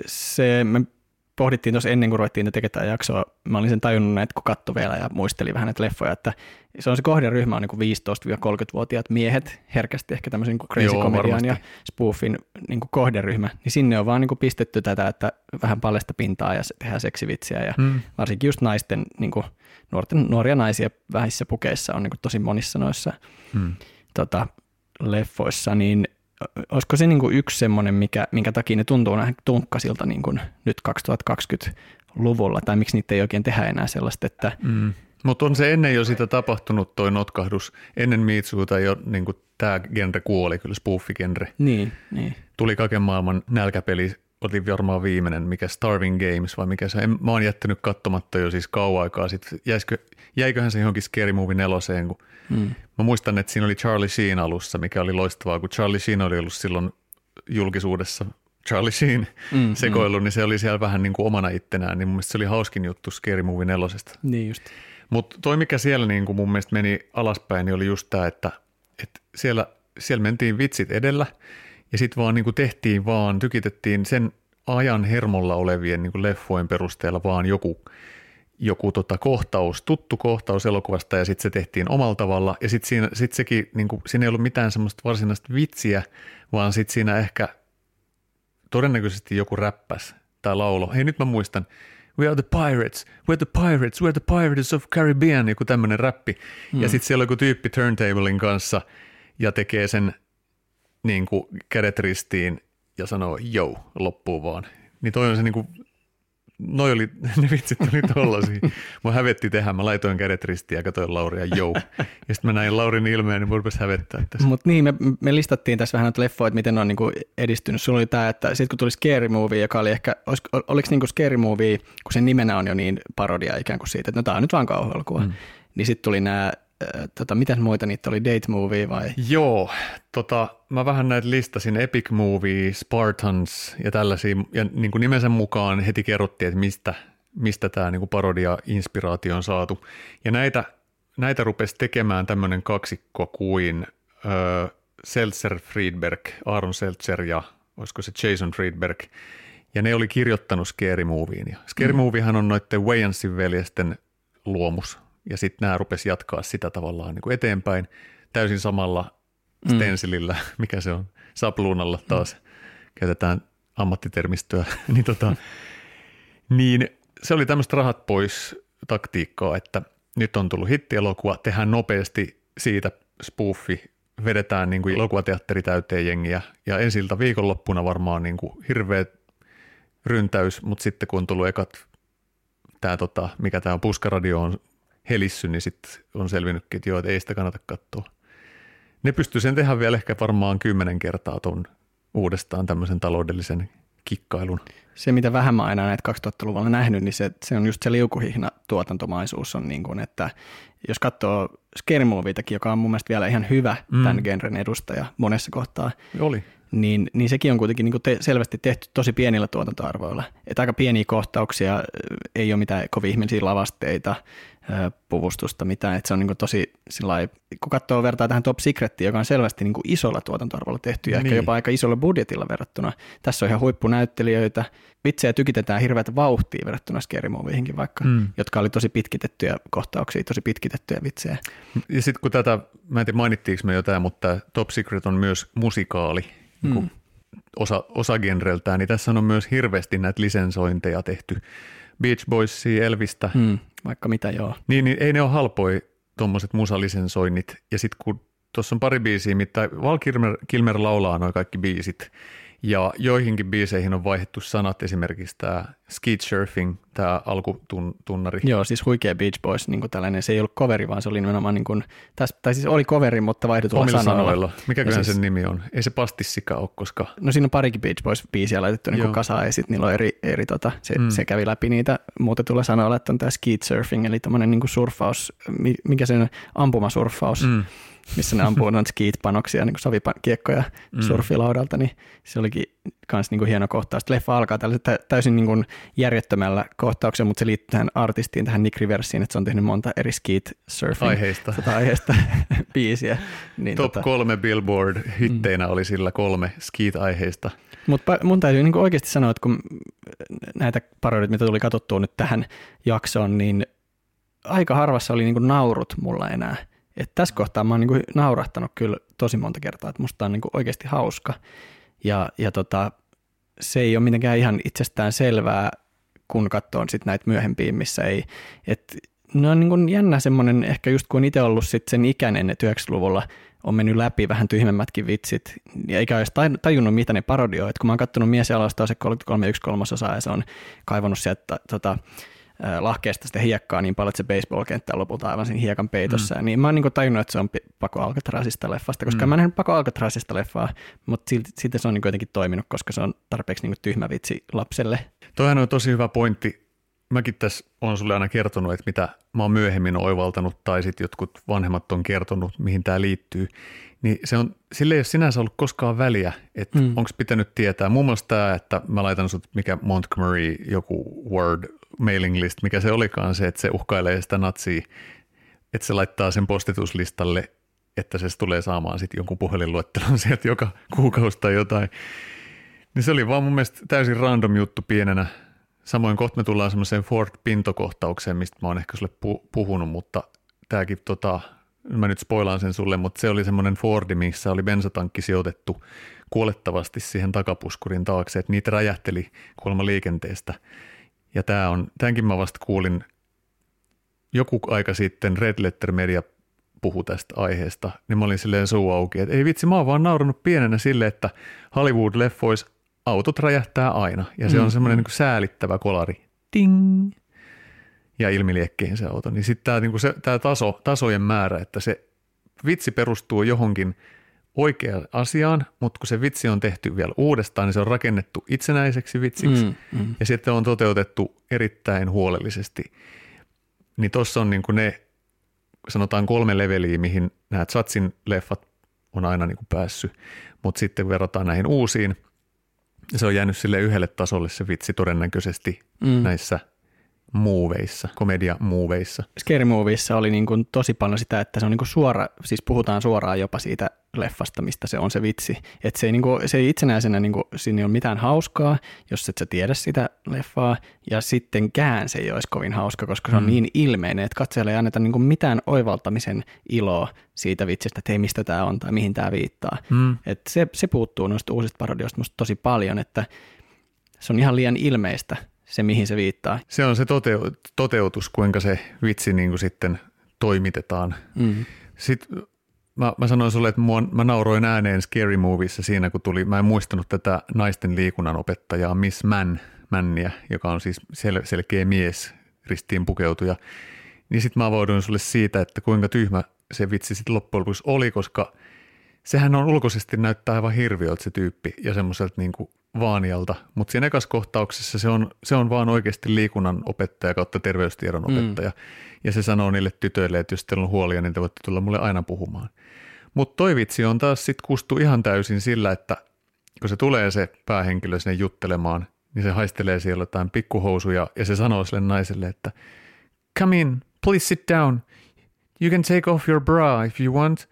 se, me pohdittiin tuossa ennen kuin ruvettiin tekemään jaksoa, mä olin sen tajunnut, että kun katsoi vielä ja muistelin vähän näitä leffoja, että se on se kohderyhmä on niin viisitoista–kolmekymmentävuotiaat miehet, herkästi ehkä tämmöisen niin crazy comedian ja spoofin niin kohderyhmä, niin sinne on vaan niin pistetty tätä, että vähän paljasta pintaa ja tehdään seksivitsiä ja hmm. varsinkin just naisten, niin kuin, nuorten, nuoria naisia vähissä pukeissa on niin tosi monissa noissa hmm. tota, leffoissa, niin olisiko se niin kuin yksi semmoinen, mikä, minkä takia ne tuntuu näin tunkkasilta niin kuin nyt kaksituhattakaksikymmentäluvulla, tai miksi niitä ei oikein tehdä enää sellaista, että mm. Mutta on se ennen jo sitä tapahtunut toi notkahdus, ennen Me Toota jo niin kuin tämä genre kuoli, kyllä spoofi-genre. Niin, niin. Tuli kaiken maailman nälkäpeli, oli varmaan viimeinen, mikä Starving Games vai mikä se, en, mä oon jättänyt katsomatta jo siis kauan aikaa, sitten jäisikö, jäiköhän se johonkin Scary Movie neloseen, kun mm. mä muistan, että siinä oli Charlie Sheen alussa, mikä oli loistavaa, kun Charlie Sheen oli ollut silloin julkisuudessa Charlie Sheen mm, sekoillut, mm. niin se oli siellä vähän niin kuin omana ittenään, niin mun mielestä se oli hauskin juttu Scary Movie nelosesta. Niin just. Mutta toi mikä siellä niin kuin mun mielestä meni alaspäin, niin oli just tämä, että, että siellä, siellä mentiin vitsit edellä ja sitten vaan niin kuin tehtiin vaan, tykitettiin sen ajan hermolla olevien niin kuin leffojen perusteella vaan joku, joku tota kohtaus, tuttu kohtaus elokuvasta ja sitten se tehtiin omalla tavalla ja sitten siinä, sit sekin, niin kuin, siinä ei ollut mitään semmoista varsinaista vitsiä, vaan sitten siinä ehkä todennäköisesti joku räppäs tai laulo. Hei nyt mä muistan, we are the pirates, we're the pirates, we're the pirates of Caribbean, joku tämmöinen räppi. Mm. Ja sitten siellä on joku tyyppi turntablein kanssa ja tekee sen niin kuin kädet ristiin ja sanoo yo, loppuu vaan. Niin toi on se niin kuin, noi oli, ne vitsit oli tollasia. Mua hävetti tehdä, mä laitoin kädet ristiin ja katsoin Lauria yo. Ja sitten mä näin Laurin ilmeen, niin mun rupesi hävettää tässä. Mutta niin, me, me listattiin tässä vähän näitä leffoja, että miten ne on niinku edistynyt. Sulla oli tämä, että sitten kun tuli Scary Movie, joka oli ehkä, olis, oliko niinku Scary Movie, kun sen nimenä on jo niin parodia ikään kuin siitä, että no tää on nyt vaan kauhuelokuva. Mm. Niin sitten tuli nämä, tota, mitä muita niitä oli, Date Movie vai? Joo, tota, mä vähän näitä listasin, Epic Movie, Spartans ja tällaisia, ja niin kuin nimensä mukaan heti kerrottiin, että mistä, mistä tämä niin kuin parodia-inspiraatio on saatu. Ja näitä, näitä rupesi tekemään tämmöinen kaksikko kuin äh, Seltzer Friedberg, Aaron Seltzer ja olisiko se Jason Friedberg, ja ne oli kirjoittanut Scary Movien. Ja Scary mm. Moviehan on noiden Wayansin veljesten luomus. Ja sitten nämä rupesi jatkaa sitä tavallaan niin kuin eteenpäin täysin samalla stensilillä, mm. mikä se on, sapluunalla taas mm. käytetään ammattitermistöä. niin, tota, niin se oli tämmöistä rahat pois taktiikkaa, että nyt on tullut hittielokuva, tehdään nopeasti siitä spoofi, vedetään niin kuin elokuvateatteri täyteen jengiä ja ensiltä viikonloppuna varmaan niin kuin hirveä ryntäys, mutta sitten kun on tullut ekat, tää, tota, mikä tämä puskaradio on helissy, niin sitten on selvinnytkin, että joo, että ei sitä kannata katsoa. Ne pystyy sen tehdä vielä ehkä varmaan kymmenen kertaa tuon uudestaan tämmöisen taloudellisen kikkailun. Se, mitä vähän mä aina näitä kaksituhattaluvulla nähnyt, niin se, se on just se liukuhihna tuotantomaisuus on niin kuin, että jos katsoo Scary Movietäkin, joka on mun mielestä vielä ihan hyvä mm. tämän genren edustaja monessa kohtaa, oli. Niin, niin sekin on kuitenkin niin kuin te, selvästi tehty tosi pienillä tuotantoarvoilla. Että aika pieniä kohtauksia, ei ole mitään kovin ihmeellisiä lavasteita, puvustusta, mitään. Että se on niin kuin tosi sillai, kun katsoo vertaa tähän Top Secretiin, joka on selvästi niin kuin isolla tuotantoarvolla tehty ja niin. Ehkä jopa aika isolla budjetilla verrattuna. Tässä on ihan huippunäyttelijöitä. Vitsejä tykitetään hirveätä vauhtia verrattuna Scary Movieihinkin vaikka, mm. jotka oli tosi pitkitettyjä kohtauksia, tosi pitkitettyjä vitsejä. Ja sitten kun tätä, mä en tiedä mainittiinko me jotain, mutta Top Secret on myös musikaali. Mm. osa, osa genreltään, niin tässä on myös hirveästi näitä lisensointeja tehty. Beach Boysia, Elvistä. Hmm, vaikka mitä, joo. Niin, niin ei ne ole halpoja tuommoiset musalisensoinnit. Ja sitten kun tuossa on pari biisiä, mitä Val Kilmer, Kilmer laulaa noin kaikki biisit, ja joihinkin biiseihin on vaihdettu sanat, esimerkiksi tämä Skeet Surfing, tämä alkutunnari. Joo, siis huikea Beach Boys, niin kuin tällainen, se ei ollut coveri, vaan se oli nimenomaan, niin kuin, täs, tai siis oli coveri, mutta vaihdetulla omilla sanoilla. sanoilla. Mikäköhän siis, sen nimi on? Ei se Pastissika ole, koska... No siinä on parikin Beach Boys-biisiä laitettu niin kasaan, ja sitten niillä on eri, eri tota, se, mm. se kävi läpi niitä muutetulla sanoilla, että on tämä Skeet Surfing, eli tämmöinen niin kuin surffaus, mikä se on, ampumasurffaus. Mm. missä ne ampuu noita skeet-panoksia, niin kuin savikiekkoja mm. surfilaudalta, niin se olikin myös niin kuin hieno kohtaus. Leffa alkaa tällaisella täysin niin kuin järjettömällä kohtauksella, mutta se liittyy tähän artistiin, tähän Nick Riversiin, että se on tehnyt monta eri skeet-surfing aiheista, aiheista biisiä. Niin Top tota, kolme Billboard-hitteinä mm. oli sillä kolme skeet-aiheista. Mutta mun täytyy niin kuin oikeasti sanoa, että kun näitä parodioita, mitä tuli katsottua nyt tähän jaksoon, niin aika harvassa oli niin kuin naurut mulla enää. Että tässä kohtaa mä oon niinku naurahtanut kyllä tosi monta kertaa, että musta on niinku oikeasti hauska ja, ja tota, se ei ole mitenkään ihan itsestään selvää, kun katsoo sit näitä myöhempiä, missä ei, että ne on niinku jännä semmoinen, ehkä just kun on itse ollut sit sen ikäinen, että yhdeksänkymmentäluvulla on mennyt läpi vähän tyhmemmätkin vitsit ja eikä edes tajunnut, mitä ne parodioi, että kun mä oon katsonut Mies ja alastaa se kolmekymmentäkolme yksi kolmasosaa ja se on kaivannut sieltä tota, lahkeesta sitä hiekkaa niin paljon, että se baseball-kenttä on lopulta aivan siinä hiekan peitossa. Mm. Niin mä oon niin tajunnut, että se on Paco Alcatrazista leffasta, koska mm. mä en nähnyt Paco Alcatrazista leffaa, mutta silti, silti se on niin jotenkin toiminut, koska se on tarpeeksi niin tyhmä vitsi lapselle. Toihan on tosi hyvä pointti. Mäkin tässä on sulle aina kertonut, että mitä mä oon myöhemmin oivaltanut tai sitten jotkut vanhemmat on kertonut, mihin tämä liittyy. Niin se on, sille ei ole sinänsä ollut koskaan väliä, että mm. onko pitänyt tietää. Muun muassa tämä, että mä laitan sut mikä Montgomery, joku Word mailing list, mikä se olikaan se, että se uhkailee sitä natsia, että se laittaa sen postituslistalle, että se tulee saamaan sitten jonkun puhelinluettelon sieltä joka kuukausi tai jotain. Niin se oli vaan mun mielestä täysin random juttu pienenä. Samoin kohta me tullaan semmoiseen Ford Pinto-kohtaukseen, mistä mä oon ehkä sulle pu- puhunut, mutta tämäkin tota, mä nyt spoilaan sen sulle, mutta se oli semmoinen Fordi, missä oli bensatankki sijoitettu kuolettavasti siihen takapuskurin taakse, että niitä räjähteli kuulemma liikenteestä. Ja tämä on, tämänkin mä vasta kuulin joku aika sitten, Red Letter Media puhui tästä aiheesta, niin mä olin silleen suu auki, että ei vitsi, mä oon vaan naurannut pienenä sille, että Hollywood-leffois autot räjähtää aina, ja se mm. on semmoinen niin kuin säälittävä kolari. Ting! Ja ilmiliekkeihin se auto. Niin sitten tämä niin tämä taso, tasojen määrä, että se vitsi perustuu johonkin oikeaan asiaan, mutta kun se vitsi on tehty vielä uudestaan, niin se on rakennettu itsenäiseksi vitsiksi, mm, mm. ja sitten on toteutettu erittäin huolellisesti. Niin tuossa on niin kuin ne, sanotaan kolme leveliä, mihin nämä Chatsin leffat on aina niin kuin päässyt, mutta sitten verrataan näihin uusiin, ja se on jäänyt sille yhdelle tasolle se vitsi todennäköisesti mm. näissä muuveissa, komedia-muuveissa. Scary Movieissa oli niin kuin tosi paljon sitä, että se on niin kuin suora, siis puhutaan suoraan jopa siitä leffasta, mistä se on se vitsi. Että se ei, niin kuin, se ei itsenäisenä, niin kuin, siinä ei ole mitään hauskaa, jos et sä tiedä sitä leffaa, ja sittenkään se ei olisi kovin hauska, koska se on mm. niin ilmeinen, että katsojalle ei anneta niin kuin mitään oivaltamisen iloa siitä vitsistä, että hei, mistä tämä on tai mihin tämä viittaa. Mm. Että se, se puuttuu noista uusista parodioista musta tosi paljon, että se on ihan liian ilmeistä, se, mihin se viittaa. Se on se toteu- toteutus, kuinka se vitsi niin kuin sitten toimitetaan. Mm. Sitten mä, mä sanoin sulle, että mua, mä nauroin ääneen Scary Moviessa siinä, kun tuli, mä en muistanut tätä naisten liikunnan opettajaa Miss Mann, Mannia, joka on siis sel- selkeä mies, ristiin pukeutuja. Niin sitten mä avauduin sulle siitä, että kuinka tyhmä se vitsi sitten loppujen lopuksi oli, koska sehän on ulkoisesti näyttää aivan hirviöltä se tyyppi ja semmoiselta niin kuin vaanialta, mutta siinä ekassa kohtauksessa se on, se on vaan oikeasti liikunnan opettaja kautta terveystiedon opettaja. Mm. Ja se sanoo niille tytöille, että jos teillä on huolia, niin te voitte tulla mulle aina puhumaan. Mutta toi vitsi on taas sitten kustu ihan täysin sillä, että kun se tulee se päähenkilö sinne juttelemaan, niin se haistelee siellä jotain pikkuhousuja ja se sanoo sille naiselle, että come in, please sit down, you can take off your bra if you want.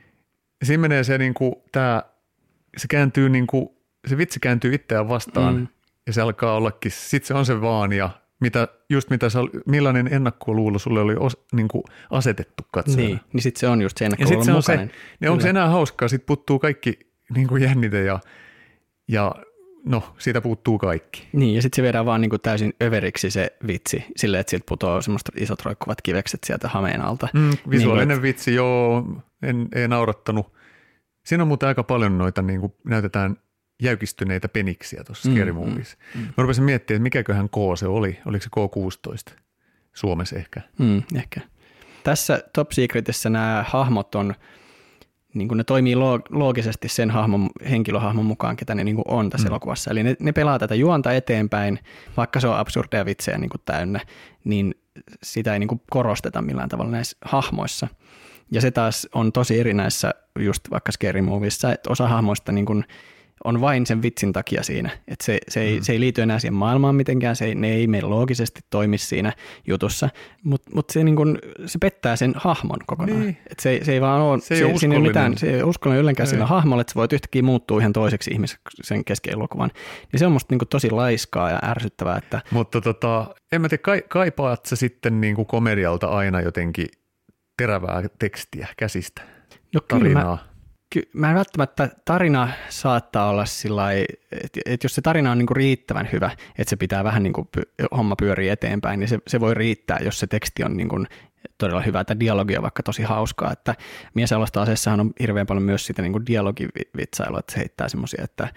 Ja siinä menee se niinku, tää, se kääntyy niinku, se vitsi kääntyy itseään vastaan mm. ja se alkaa ollakin, sit se on se vaania, mitä, just mitä sä, millainen ennakkoluulo sulle oli os, niin kuin asetettu katsojana. Niin, niin sit se on just se ennakkoluulon mukainen. Se, niin onko se enää hauskaa, sit puttuu kaikki niin kuin jännite ja ja no, siitä puuttuu kaikki. Niin, ja sitten se viedään vaan niin kuin täysin överiksi se vitsi, silleen, että siltä putoaa semmoista isot roikkuvat kivekset sieltä hameen alta. Mm, visuaalinen niin, että... vitsi, joo, en, ei naurattanut. Siinä on muuten aika paljon noita, niin kuin näytetään jäykistyneitä peniksiä tuossa Scary mm, Movies. Mm, mm. Mä rupesin miettimään, että mikäköhän K se oli, oliko se K kuusitoista Suomessa ehkä? Mm, ehkä. Tässä Top Secretissä nämä hahmot on, niin kuin ne toimii loogisesti sen hahmon, henkilöhahmon mukaan, ketä ne niin kuin on tässä mm. elokuvassa. Eli ne, ne pelaa tätä juonta eteenpäin, vaikka se on absurdeja vitsejä niin kuin täynnä, niin sitä ei niin kuin korosteta millään tavalla näissä hahmoissa. Ja se taas on tosi eri näissä just vaikka Scary Moviesissa, että osa hahmoista niin kuin on vain sen vitsin takia siinä, että se, se, ei, mm. se ei liity enää siihen maailmaan mitenkään, se ei, ne ei mene loogisesti toimi siinä jutussa, mutta mut se, niin kun, se pettää sen hahmon kokonaan, niin. Että se, se ei vaan ole, se ei ole se, mitään, se ei ole uskollinen yllänkään sillä hahmolla, että se voi yhtäkkiä muuttua ihan toiseksi ihmiseksi sen kesken elokuvan, ja se on musta niin kun tosi laiskaa ja ärsyttävää. Että... Mutta tota, en mä tiedä, kai, kaipaat sä sitten niin kuin komedialta aina jotenkin terävää tekstiä käsistä, no, tarinaa? Kyllä Ky- mä en välttämättä, tarina saattaa olla sillä että et jos se tarina on niinku riittävän hyvä, että se pitää vähän niinku py- homma pyörii eteenpäin, niin se, se voi riittää, jos se teksti on niinku todella hyvä, että dialogi on vaikka tosi hauskaa, että Miesalasta aseessahan on hirveän paljon myös sitä niinku dialogivitsailua, että se heittää semmoisia, että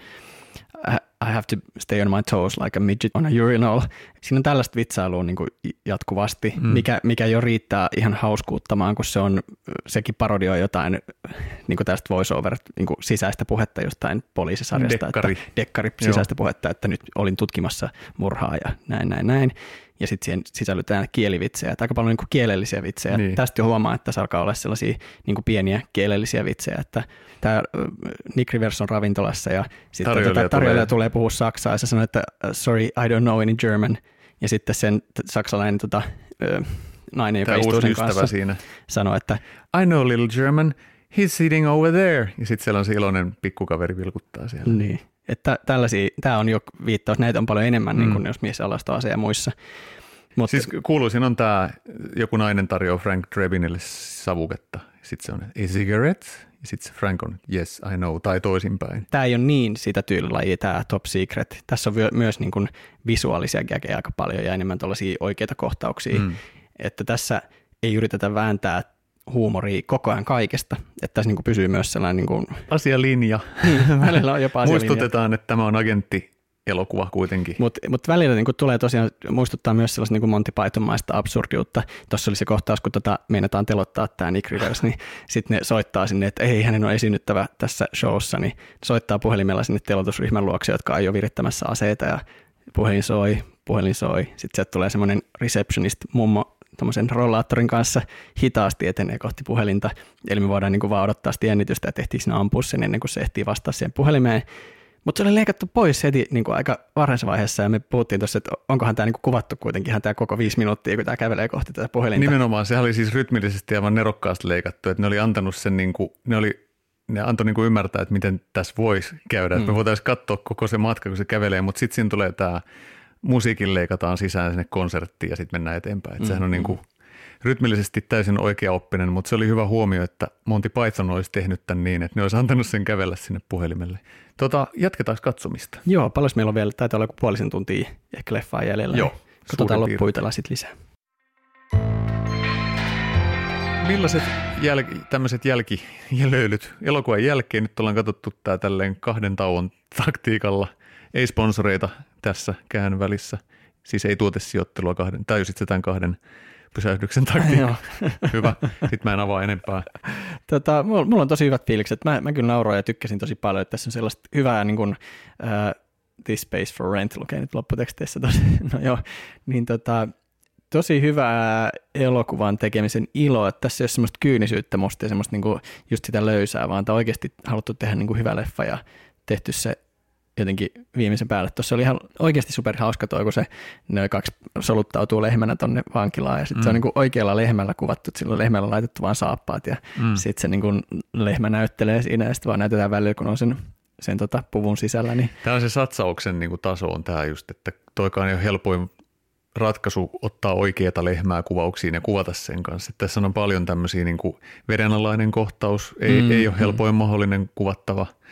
I have to stay on my toes like a midget on a urinal. Siinä on tällaista vitsailua niin kuin jatkuvasti, mm. mikä, mikä jo riittää ihan hauskuuttamaan, kun se on, sekin parodioi jotain niin kuin tästä voice-over niin kuin sisäistä puhetta jostain poliisisarjasta. Dekkari. Että, dekkari sisäistä puhetta, että nyt olin tutkimassa murhaa ja näin, näin, näin. Ja sitten siihen sisällytään kielivitsejä, aika paljon niin kuin kielellisiä vitsejä. Niin. Tästä jo huomaa, että tässä alkaa olla sellaisia niin kuin pieniä kielellisiä vitsejä, että tämä Nick Rivers on ravintolassa ja sitten tarjoilija, tätä, tarjoilija tulee. tulee puhua saksaa ja se sanoo, että sorry, I don't know any German. Ja sitten sen saksalainen tota, nainen, joka istuu sen kanssa, siinä. sanoo, että I know little German, he's sitting over there. Ja sitten siellä on se iloinen pikkukaveri vilkuttaa siellä. Niin, että tällaisia, tämä on jo viittaus, näitä on paljon enemmän mm. niin kuin jos Miesalasta asia ja muissa. Mutta, siis kuuluisin on tämä, joku nainen tarjoaa Frank Drebinille savuketta. Sitten se on, a cigarette? Ja sitten Frank on, yes, I know, tai toisinpäin. Tämä ei ole niin sitä tyylilajia, tämä Top Secret. Tässä on myös niin kuin visuaalisia gaggeja aika paljon ja enemmän tuollaisia oikeita kohtauksia. Mm. Että tässä ei yritetä vääntää huumoria koko ajan kaikesta. Että tässä niin kuin pysyy myös sellainen... Niin kuin... Asialinja. Niin, välillä on jopa asialinja. Muistutetaan, että tämä on agentti. Elokuva kuitenkin. Mutta mut välillä niin tulee tosiaan, muistuttaa myös sellaista niin Monty Python-maista absurdiutta. Tuossa oli se kohtaus, kun tota, meinataan telottaa tämä Nick Rivers, niin sitten ne soittaa sinne, että ei, hänen on esiinnyttävä tässä showssa, niin soittaa puhelimella sinne telotusryhmän luokse, jotka on jo virittämässä aseita ja puhelin soi, puhelin soi. Sitten sieltä tulee semmoinen receptionist mummo tuommoisen rollaattorin kanssa hitaasti etenee kohti puhelinta. Eli me voidaan niin vaan odottaa sitä jännitystä, että ehtii siinä ampua sen ennen kuin se ehtii vastaa siihen puhelimeen. Mutta se oli leikattu pois heti niin kuin aika varhaisessa vaiheessa ja me puhuttiin tuossa, että onkohan tämä niin kuin kuvattu kuitenkin tämä koko viisi minuuttia, kun tämä kävelee kohti tätä puhelinta. Nimenomaan, se oli siis rytmillisesti aivan nerokkaasti leikattu, että ne oli antanut sen, niin kuin, ne, oli, ne antoi niin kuin ymmärtää, että miten tässä voisi käydä. Mm. Me voitaisiin katsoa koko se matka, kun se kävelee, mutta sitten siinä tulee tämä musiikin leikataan sisään sinne konserttiin ja sitten mennään eteenpäin. Että mm. sehän on niin kuin rytmillisesti täysin oikeaoppinen, mutta se oli hyvä huomio, että Monty Python olisi tehnyt tämän niin, että ne olisi antanut sen kävellä sinne puhelimelle. Tota, jatketaanko katsomista? Joo, paljon meillä on vielä, taitaa olla joku puolisen tuntia ehkä leffaa jäljellä. Joo. Katsotaan loppuitella sitten lisää. Millaiset jäl- tämmöiset jälkilöylyt elokuvan jälkeen? Nyt ollaan katsottu tää tälleen kahden tauon taktiikalla. Ei sponsoreita tässäkään välissä. Siis ei tuotesijoittelua kahden, tai sitten tämän kahden pysähdyksen taktiikka. Hyvä, sitten mä en avaa enempää. Tota, mulla on tosi hyvät fiilikset. Mä, mä kyllä nauroin ja tykkäsin tosi paljon, että tässä on sellaista hyvää niin kuin, uh, This Space for Rent, lukee nyt lopputeksteissä tosi, no joo, niin tota, tosi hyvää elokuvan tekemisen iloa, että tässä ei ole semmoista kyynisyyttä musta ja semmoista niin kuin just sitä löysää, vaan tämä on oikeasti haluttu tehdä niin kuin hyvä leffa ja tehty se jotenkin viimeisen päälle. Tuossa oli ihan oikeasti superhauska toi, kun se ne kaksi soluttautuu lehmänä tonne vankilaan ja sitten mm. se on niin kuin oikealla lehmällä kuvattu, että sillä on lehmällä laitettu vaan saappaat ja mm. sitten se niin kuin lehmä näyttelee siinä ja sitten vaan näytetään välillä, kun on sen, sen tota puvun sisällä. Niin. Tämä on se satsauksen niin kuin taso on tämä just, että toikaan ei ole helpoin ratkaisu ottaa oikeata lehmää kuvauksiin ja kuvata sen kanssa. Että tässä on paljon tämmöisiä niin kuin vedenalainen kohtaus, ei, mm. ei ole helpoin mahdollinen kuvattava.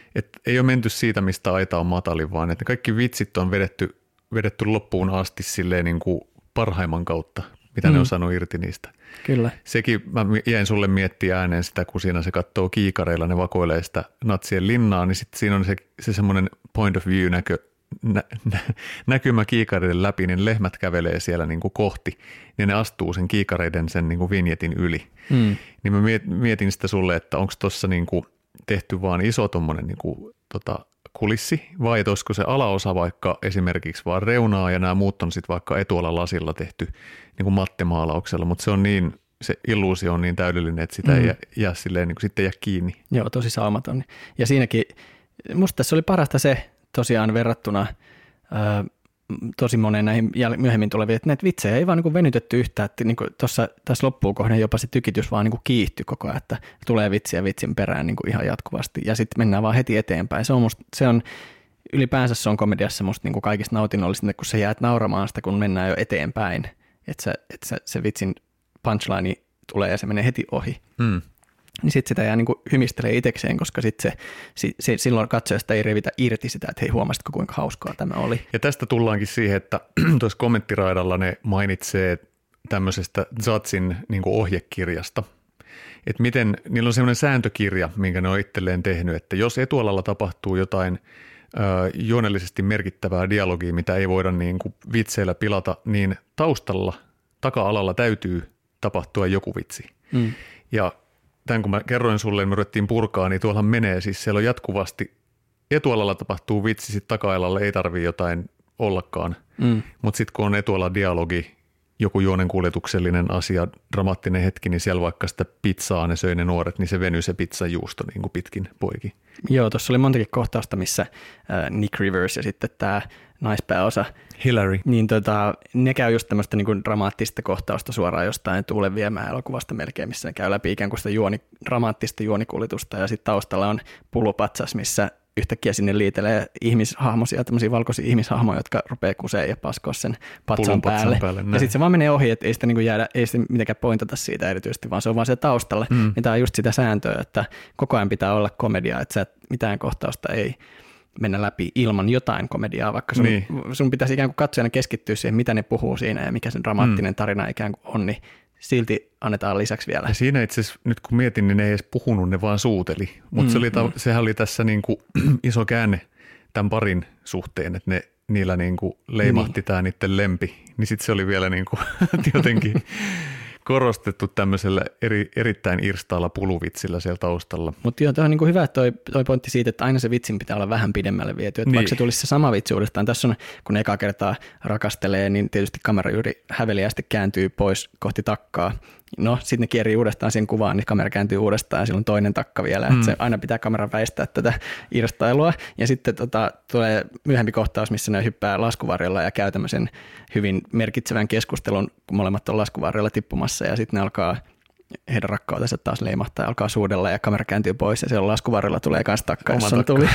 että ei ole menty siitä, mistä aita on matalin, vaan että kaikki vitsit on vedetty, vedetty loppuun asti silleen niin kuin parhaimman kautta, mitä mm. ne on saanut irti niistä. Kyllä. Sekin mä jäin sulle miettiä ääneen sitä, kun siinä se katsoo kiikareilla, ne vakoilee sitä natsien linnaa, niin sitten siinä on se, se semmoinen point of view näkö, nä, nä, näkymä kiikareiden läpi, niin lehmät kävelee siellä niin kuin kohti, niin ne astuu sen kiikareiden sen niin kuin vinjetin yli. Mm. Niin mä mietin sitä sulle, että onko tuossa niin kuin tehty vaan iso tommonen niin kuin, tota, kulissi, vai olisiko se alaosa vaikka esimerkiksi vaan reunaa ja nämä muut on sitten vaikka etualalasilla tehty niin kuin mattemaalauksella, mutta se on niin, se illuusio on niin täydellinen, että sitä mm. ei jää, jää silleen niin kuin sitten jää kiinni. Joo, tosi saumaton. Ja siinäkin, musta tässä oli parasta se tosiaan verrattuna ää, tosi moneen näihin myöhemmin tuleviin, että näitä vitsejä ei vaan niin kuin venytetty yhtään, että niin kuin tuossa, tässä loppuun kohden jopa se tykitys vaan niin kuin kiihtyi koko ajan, että tulee vitsiä vitsin perään niin kuin ihan jatkuvasti ja sitten mennään vaan heti eteenpäin. Se on, musta, se on ylipäänsä se on komediassa musta niin kuin kaikista nautinnollista, kun sä jäät nauramaan sitä, kun mennään jo eteenpäin, että, sä, että sä, se vitsin punchline tulee ja se menee heti ohi. Mm. Niin sitten sitä jää niin kuin hymistelee itsekseen, koska sit se, se, se, silloin katsojasta ei revitä irti sitä, että hei, huomasitko kuinka hauskaa tämä oli. Ja tästä tullaankin siihen, että tuossa kommenttiraidalla ne mainitsee tämmöisestä Zatsin niin kuin ohjekirjasta, että miten, niillä on semmoinen sääntökirja, minkä ne on itselleen tehnyt, että jos etualalla tapahtuu jotain ö, juonellisesti merkittävää dialogia, mitä ei voida niin kuin vitseillä pilata, niin taustalla, taka-alalla täytyy tapahtua joku vitsi. Mm. Ja tämän kun mä kerroin sulle, me ruvettiin purkaa, niin tuollahan menee, siis siellä on jatkuvasti, etualalla tapahtuu vitsi, sitten taka-alalla ei tarvitse jotain ollakaan, mm. mutta sitten kun on etualalla dialogi, joku juonenkuljetuksellinen asia, dramaattinen hetki, niin siellä vaikka sitä pizzaa ne söi ne nuoret, niin se venyy se pizzan juusto niin kuin pitkin poikin. Joo, tuossa oli montakin kohtausta, missä äh, Nick Rivers ja sitten tämä naispääosa Hillary, niin tota, ne käy just tämmöistä niin kuin dramaattista kohtausta suoraan jostain Tuulen viemään elokuvasta melkein, missä ne käy läpi ikään kuin sitä juoni, dramaattista juonikuljetusta ja sitten taustalla on pulupatsas, missä yhtäkkiä sinne liitelee ihmishahmoisia, tämmöisiä valkoisia ihmishahmoja, jotka rupeaa kuseen ja paskoa sen patsan päälle. päälle ja sitten se vaan menee ohi, että ei sitä niin kuin jäädä, ei sitä mitenkään pointata siitä erityisesti, vaan se on vaan se taustalla. Mm. Ja tämä on just sitä sääntöä, että koko ajan pitää olla komedia, että sä mitään kohtausta ei mennä läpi ilman jotain komediaa, vaikka sun, niin. sun pitäisi ikään kuin katsojana keskittyä siihen, mitä ne puhuu siinä ja mikä sen dramaattinen tarina ikään kuin on, niin silti annetaan lisäksi vielä. Ja siinä itse asiassa, nyt kun mietin, niin ne ei edes puhunut, ne vaan suuteli. Mutta mm, se mm. sehän oli tässä niin kuin iso käänne tämän parin suhteen, että ne, niillä niin kuin leimahti niin. Tämä niiden lempi. Niin sitten se oli vielä niin kuin jotenkin korostettu tämmöisellä eri, erittäin irstaalla puluvitsillä siellä taustalla. Mutta joo, toi on niin kuin hyvä toi, toi pointti siitä, että aina se vitsin pitää olla vähän pidemmälle viety. Niin. Vaikka se tulisi se sama vitsi uudestaan. Tässä on, kun eka kertaa rakastelee, niin tietysti kamera juuri häveliästi kääntyy pois kohti takkaa. No, sitten ne kierii uudestaan siihen kuvaan, niin kamera kääntyy uudestaan ja silloin toinen takka vielä. Mm. Että se aina pitää kameran väistää tätä irstailua. Ja sitten tota, tulee myöhempi kohtaus, missä ne hyppää laskuvarjolla ja käy tämmöisen hyvin merkitsevän keskustelun, kun molemmat on laskuvarjolla tippumassa ja sitten ne alkaa heidän rakkautensa taas leimahtaa ja alkaa suudella ja kamera kääntyy pois ja siellä laskuvarjolla tulee kanssa takka, jos on tuli.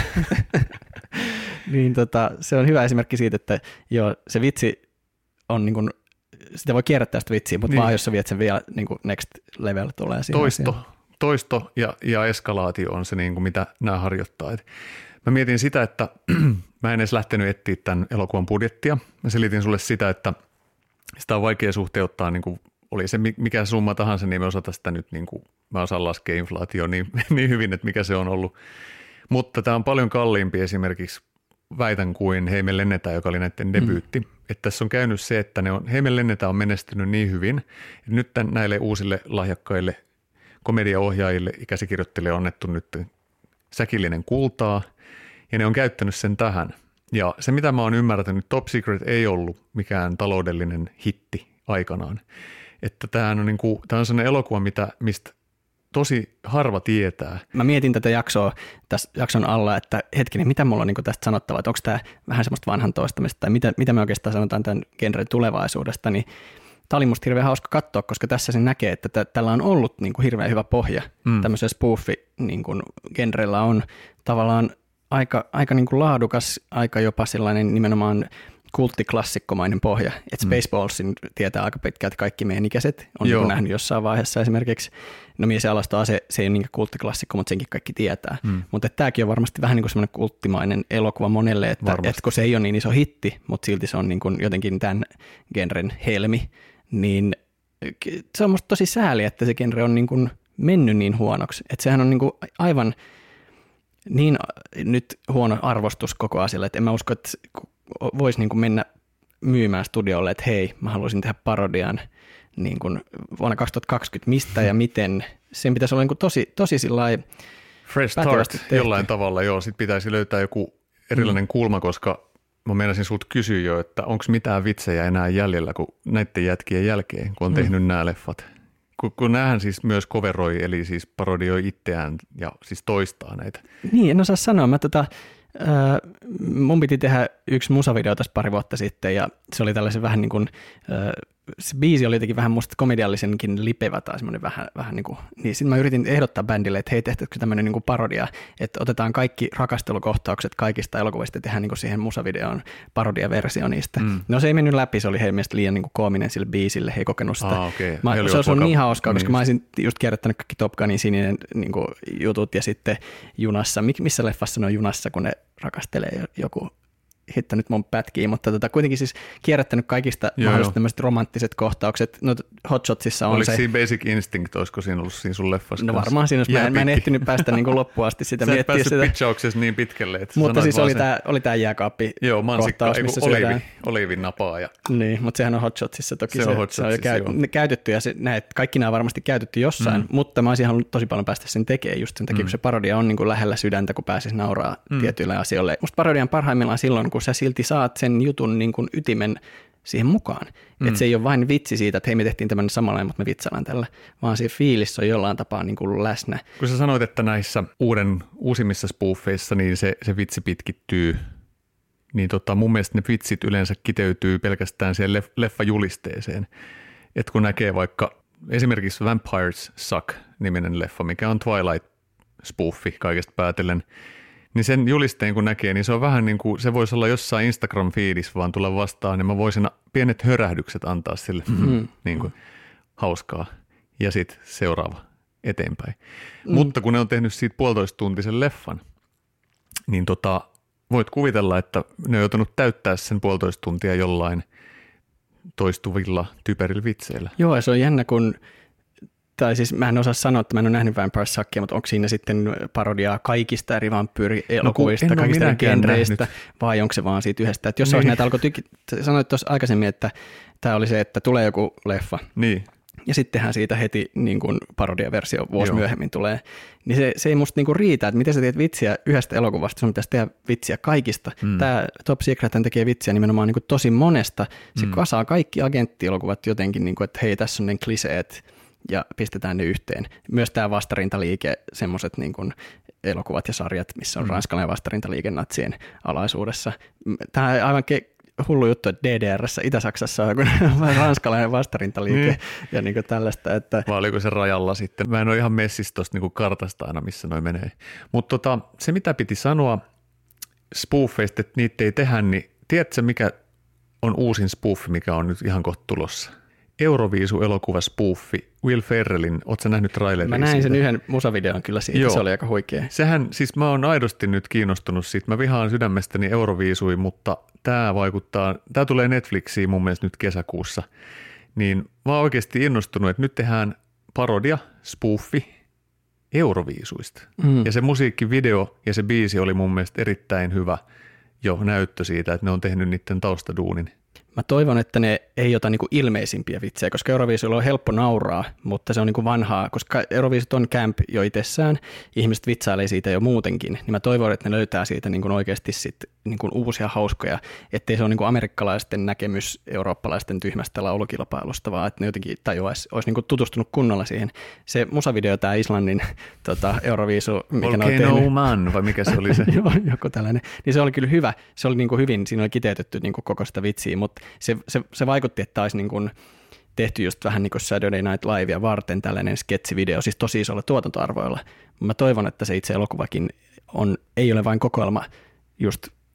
Niin tota, se on hyvä esimerkki siitä, että joo, se vitsi on niin kuin sitä voi kierrättää sitä vitsiä, mutta niin. Vaan jos sä viet sen vielä niin kuin next level tulee siinä. Toisto, siinä. toisto ja, ja eskalaatio on se, niin kuin mitä nämä harjoittaa. Et mä mietin sitä, että mä en edes lähtenyt etsiä tämän elokuvan budjettia. Mä selitin sulle sitä, että sitä on vaikea suhteuttaa, niin kuin oli se mikä summa tahansa, niin me osata sitä nyt, niin kuin, mä osaan laskea inflaatio niin, niin hyvin, että mikä se on ollut. Mutta tämä on paljon kalliimpi esimerkiksi väitän kuin Heimen lennetään, joka oli näiden debyytti. Mm. Että tässä on käynyt se, että ne on, Heimen lennetään on menestynyt niin hyvin, että nyt tämän, näille uusille lahjakkaille komediaohjaajille ja käsikirjoittajille on annettu nyt säkillinen kultaa, ja ne on käyttänyt sen tähän. Ja se, mitä mä oon ymmärtänyt, Top Secret ei ollut mikään taloudellinen hitti aikanaan. Että tämähän on, niin kuin, tämä on sellainen elokuva, mitä, mistä tosi harva tietää. Mä mietin tätä jaksoa tässä jakson alla, että hetkinen, mitä mulla on niin tästä sanottavaa, että onko tämä vähän semmoista vanhan toistamista, tai mitä, mitä me oikeastaan sanotaan tämän genren tulevaisuudesta, niin tämä oli musta hirveän hauska katsoa, koska tässä se näkee, että t- tällä on ollut niin kuin hirveän hyvä pohja. Mm. Tämmöisellä spoofi-genrellä on tavallaan aika, aika niin kuin laadukas, aika jopa sellainen nimenomaan kulttiklassikkomainen pohja. Että Spaceballsin tietää aika pitkälti kaikki meidän ikäiset. On niin nähnyt jossain vaiheessa esimerkiksi. No mies ja alastoa, se, se ei ole niin kulttiklassikko, mutta senkin kaikki tietää. Mm. Mutta tämäkin on varmasti vähän niin kuin semmoinen kulttimainen elokuva monelle, että, että kun se ei ole niin iso hitti, mutta silti se on niin kuin jotenkin tämän genren helmi, niin se on musta tosi sääli, että se genre on niin kuin mennyt niin huonoksi. Että sehän on niin kuin aivan niin nyt huono arvostus koko asialle, että en mä usko, että voisi niin kuin mennä myymään studiolle, että hei, mä haluaisin tehdä parodian niin kuin vuonna kaksituhattakaksikymmentä, mistä ja miten. Sen pitäisi olla niin kuin tosi, tosi sillai fresh start jollain tavalla, joo. Sitten pitäisi löytää joku erilainen mm. kulma, koska mä meinasin sulta kysyä jo, että onko mitään vitsejä enää jäljellä kuin näiden jätkien jälkeen, kun on mm. tehnyt nämä leffat. Kun, kun näähän siis myös coveroi, eli siis parodioi itseään ja siis toistaa näitä. Niin, en osaa sanoa. Mä tota, äh, mun piti tehdä yksi musavideo tässä pari vuotta sitten, ja se oli tällaisen vähän niin kuin, äh, se biisi oli jotenkin vähän musta komediallisenkin lipevä tai semmoinen vähän, vähän niin kuin, niin sitten mä yritin ehdottaa bändille, että hei, tehtäisikö tämmöinen niin kuin parodia, että otetaan kaikki rakastelukohtaukset kaikista elokuvista ja tehdään niin kuin siihen musavideoon parodiaversio niistä. Mm. No se ei mennyt läpi, se oli heidän mielestä liian niin kuin koominen sille biisille, he ei kokenut sitä. Ah, okay. mä, se olisi ollut niin hauskaa, koska niin. Mä olisin just kierrättänyt kaikki Top Gunin sininen niin kuin jutut ja sitten junassa, missä leffassa ne on junassa, kun ne rakastelee joku hitto nyt mun pätkiä, mutta tota, kuitenkin siis kierrättänyt kaikista joo, mahdolliset tämmöiset romanttiset kohtaukset. No Hot Shotsissa on oliko se. Oliko siinä Basic Instinct, olisiko siinä ollut siinä sun leffassa? No varmaan siinä, mä en, mä en ehtinyt päästä niin kuin loppuun asti sitä miettiä sitä. Sä et päässyt pitchauksessa niin pitkälle. Että mutta siis oli tämä oli tää jääkaappi joo, mansikka, kohtaus, missä oliivi, syödään. Oliivin napaa. Ja niin, mutta sehän on Hot Shotsissa toki. Se, se on Hot Shotsissa, se on käy, käytetty ja se, näet, kaikki nämä on varmasti käytetty jossain, mm. mutta mä olisin halunnut tosi paljon päästä sen tekemään just sen takia, mm. kun se parodia on niin kuin lähellä sydäntä, kun pääsisi nauraa mm. tietyille asioille. Musta parodian parhaimmillaan silloin, kun sä silti saat sen jutun niin kuin ytimen siihen mukaan. Mm. Että se ei ole vain vitsi siitä, että hei me tehtiin tämmöinen samanlainen, mutta me vitsaillaan tällä, vaan se fiilis on jollain tapaa niin kuin läsnä. Kun sä sanoit, että näissä uuden, uusimmissa spoofeissa niin se, se vitsi pitkittyy, niin tota, mun mielestä ne vitsit yleensä kiteytyy pelkästään siihen leff, leffajulisteeseen. Että kun näkee vaikka esimerkiksi Vampires Suck-niminen leffa, mikä on Twilight-spoofi kaikesta päätellen, niin sen julisteen kun näkee, niin se on vähän niin kuin, se voisi olla jossain Instagram-fiidissä vaan tulla vastaan, niin mä voisin pienet hörähdykset antaa sille mm-hmm. niin kuin, hauskaa. Ja sitten seuraava eteenpäin. Mm. Mutta kun ne on tehnyt siitä puolitoista tuntisen leffan, niin tota, voit kuvitella, että ne on joutunut täyttää sen puolitoista tuntia jollain toistuvilla typerillä vitseillä. Joo, ja se on jännä, kun tai siis mä en osaa sanoa, että mä en ole nähnyt Vampire Suckia, mutta onko siinä sitten parodiaa kaikista eri vampyyrielokuvista, no, kaikista eri genreistä, vai onko se vaan siitä yhdestä? Että jos niin. olisi näitä alkoi tyki- sanoit tuossa aikaisemmin, että tämä oli se, että tulee joku leffa, niin. ja sittenhän siitä heti niin kuin parodiaversio vuosi Joo. myöhemmin tulee, niin se, se ei musta niin kuin riitä, että miten sä teet vitsiä yhdestä elokuvasta, sun pitäisi tehdä vitsiä kaikista. Mm. Tämä Top Secret tekee vitsiä nimenomaan niin kuin tosi monesta, se mm. kasaa kaikki agenttielokuvat jotenkin, niin kuin, että hei tässä on ne kliseet, ja pistetään ne yhteen. Myös tämä vastarintaliike, semmoiset niin kuin elokuvat ja sarjat, missä on mm. ranskalainen vastarintaliike natsien alaisuudessa. Tämä on aivan ke- hullu juttu, että D D R:ssä, Itä-Saksassa on ranskalainen vastarintaliike niin. ja niin kuin tällaista. Että vai oliko se rajalla sitten? Mä en ole ihan messissä tuosta niin kartasta aina, missä noi menee. Mutta tota, se, mitä piti sanoa spoofeista, että niitä ei tehdä, niin tiedätkö, mikä on uusin spoof, mikä on nyt ihan kohta tulossa? Euroviisu-elokuva spoofi Will Ferrellin, ootko sä nähnyt trailerin? Mä näin siitä? Sen yhden musavideon kyllä siitä, Joo. Se oli aika huikea. Sehän, siis mä oon aidosti nyt kiinnostunut siitä, mä vihaan sydämestäni Euroviisui, mutta tää vaikuttaa, tää tulee Netflixiin mun mielestä nyt kesäkuussa, niin mä oon oikeasti innostunut, että nyt tehdään parodia, spoofi Euroviisuista. Mm. Ja se musiikkivideo ja se biisi oli mun mielestä erittäin hyvä jo näyttö siitä, että ne on tehnyt niiden taustaduunin. Mä toivon, että ne ei ota niinku ilmeisimpiä vitsejä, koska Euroviisuilla on helppo nauraa, mutta se on niinku vanhaa, koska Euroviisut on camp jo itsessään, ihmiset vitsailee siitä jo muutenkin, niin mä toivon, että ne löytää siitä niinku oikeasti sit niinku uusia hauskoja, ettei se ole niinku amerikkalaisten näkemys eurooppalaisten tyhmästä laulukilpailusta, vaan että ne jotenkin tajuaisi, olisi niinku tutustunut kunnolla siihen. Se musavideo, tämä Islannin tota, Euroviisu, mikä Volcano ne on tehnyt. Man, vai mikä se oli se? Joo, joku tällainen. Niin se oli kyllä hyvä, se oli niinku hyvin, siinä oli kiteytetty niinku koko sitä vitsiä, mutta Se, se, se vaikutti, että olisi niin kuin tehty just vähän niin kuin Saturday Night Livea varten tällainen sketsivideo, siis tosi isolla tuotantoarvoilla. Mä toivon, että se itse elokuvakin on, ei ole vain kokoelma just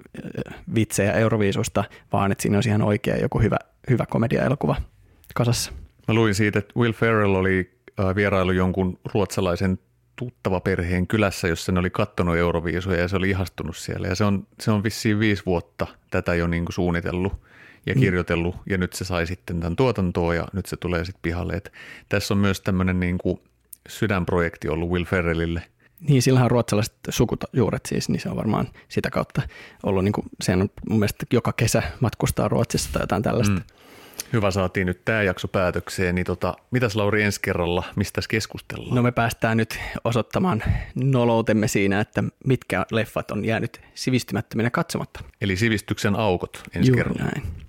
vitsejä Euroviisusta, vaan että siinä olisi ihan oikea joku hyvä, hyvä komedia-elokuva kasassa. Mä luin siitä, että Will Ferrell oli vierailu jonkun ruotsalaisen tuttava perheen kylässä, jossa ne oli kattonut Euroviisuja ja se oli ihastunut siellä. Ja se on, se on vissiin viisi vuotta tätä jo niin kuin suunnitellut ja kirjoitellut mm. ja nyt se sai sitten tämän tuotantoon ja nyt se tulee sitten pihalle. Et tässä on myös tämmöinen niin kuin sydänprojekti ollut Will Ferrellille. Niin, sillä on ruotsalaiset sukujuuret siis, niin se on varmaan sitä kautta ollut, niin kuin, sehän on mun mielestä joka kesä matkustaa Ruotsissa tai jotain tällaista. Mm. Hyvä, saatiin nyt tämä jakso päätökseen, niin tota, mitäs Lauri ensi kerralla, mistä keskustellaan? No me päästään nyt osoittamaan noloutemme siinä, että mitkä leffat on jäänyt sivistymättöminä katsomatta. Eli sivistyksen aukot ensi Juuri kerralla. Näin.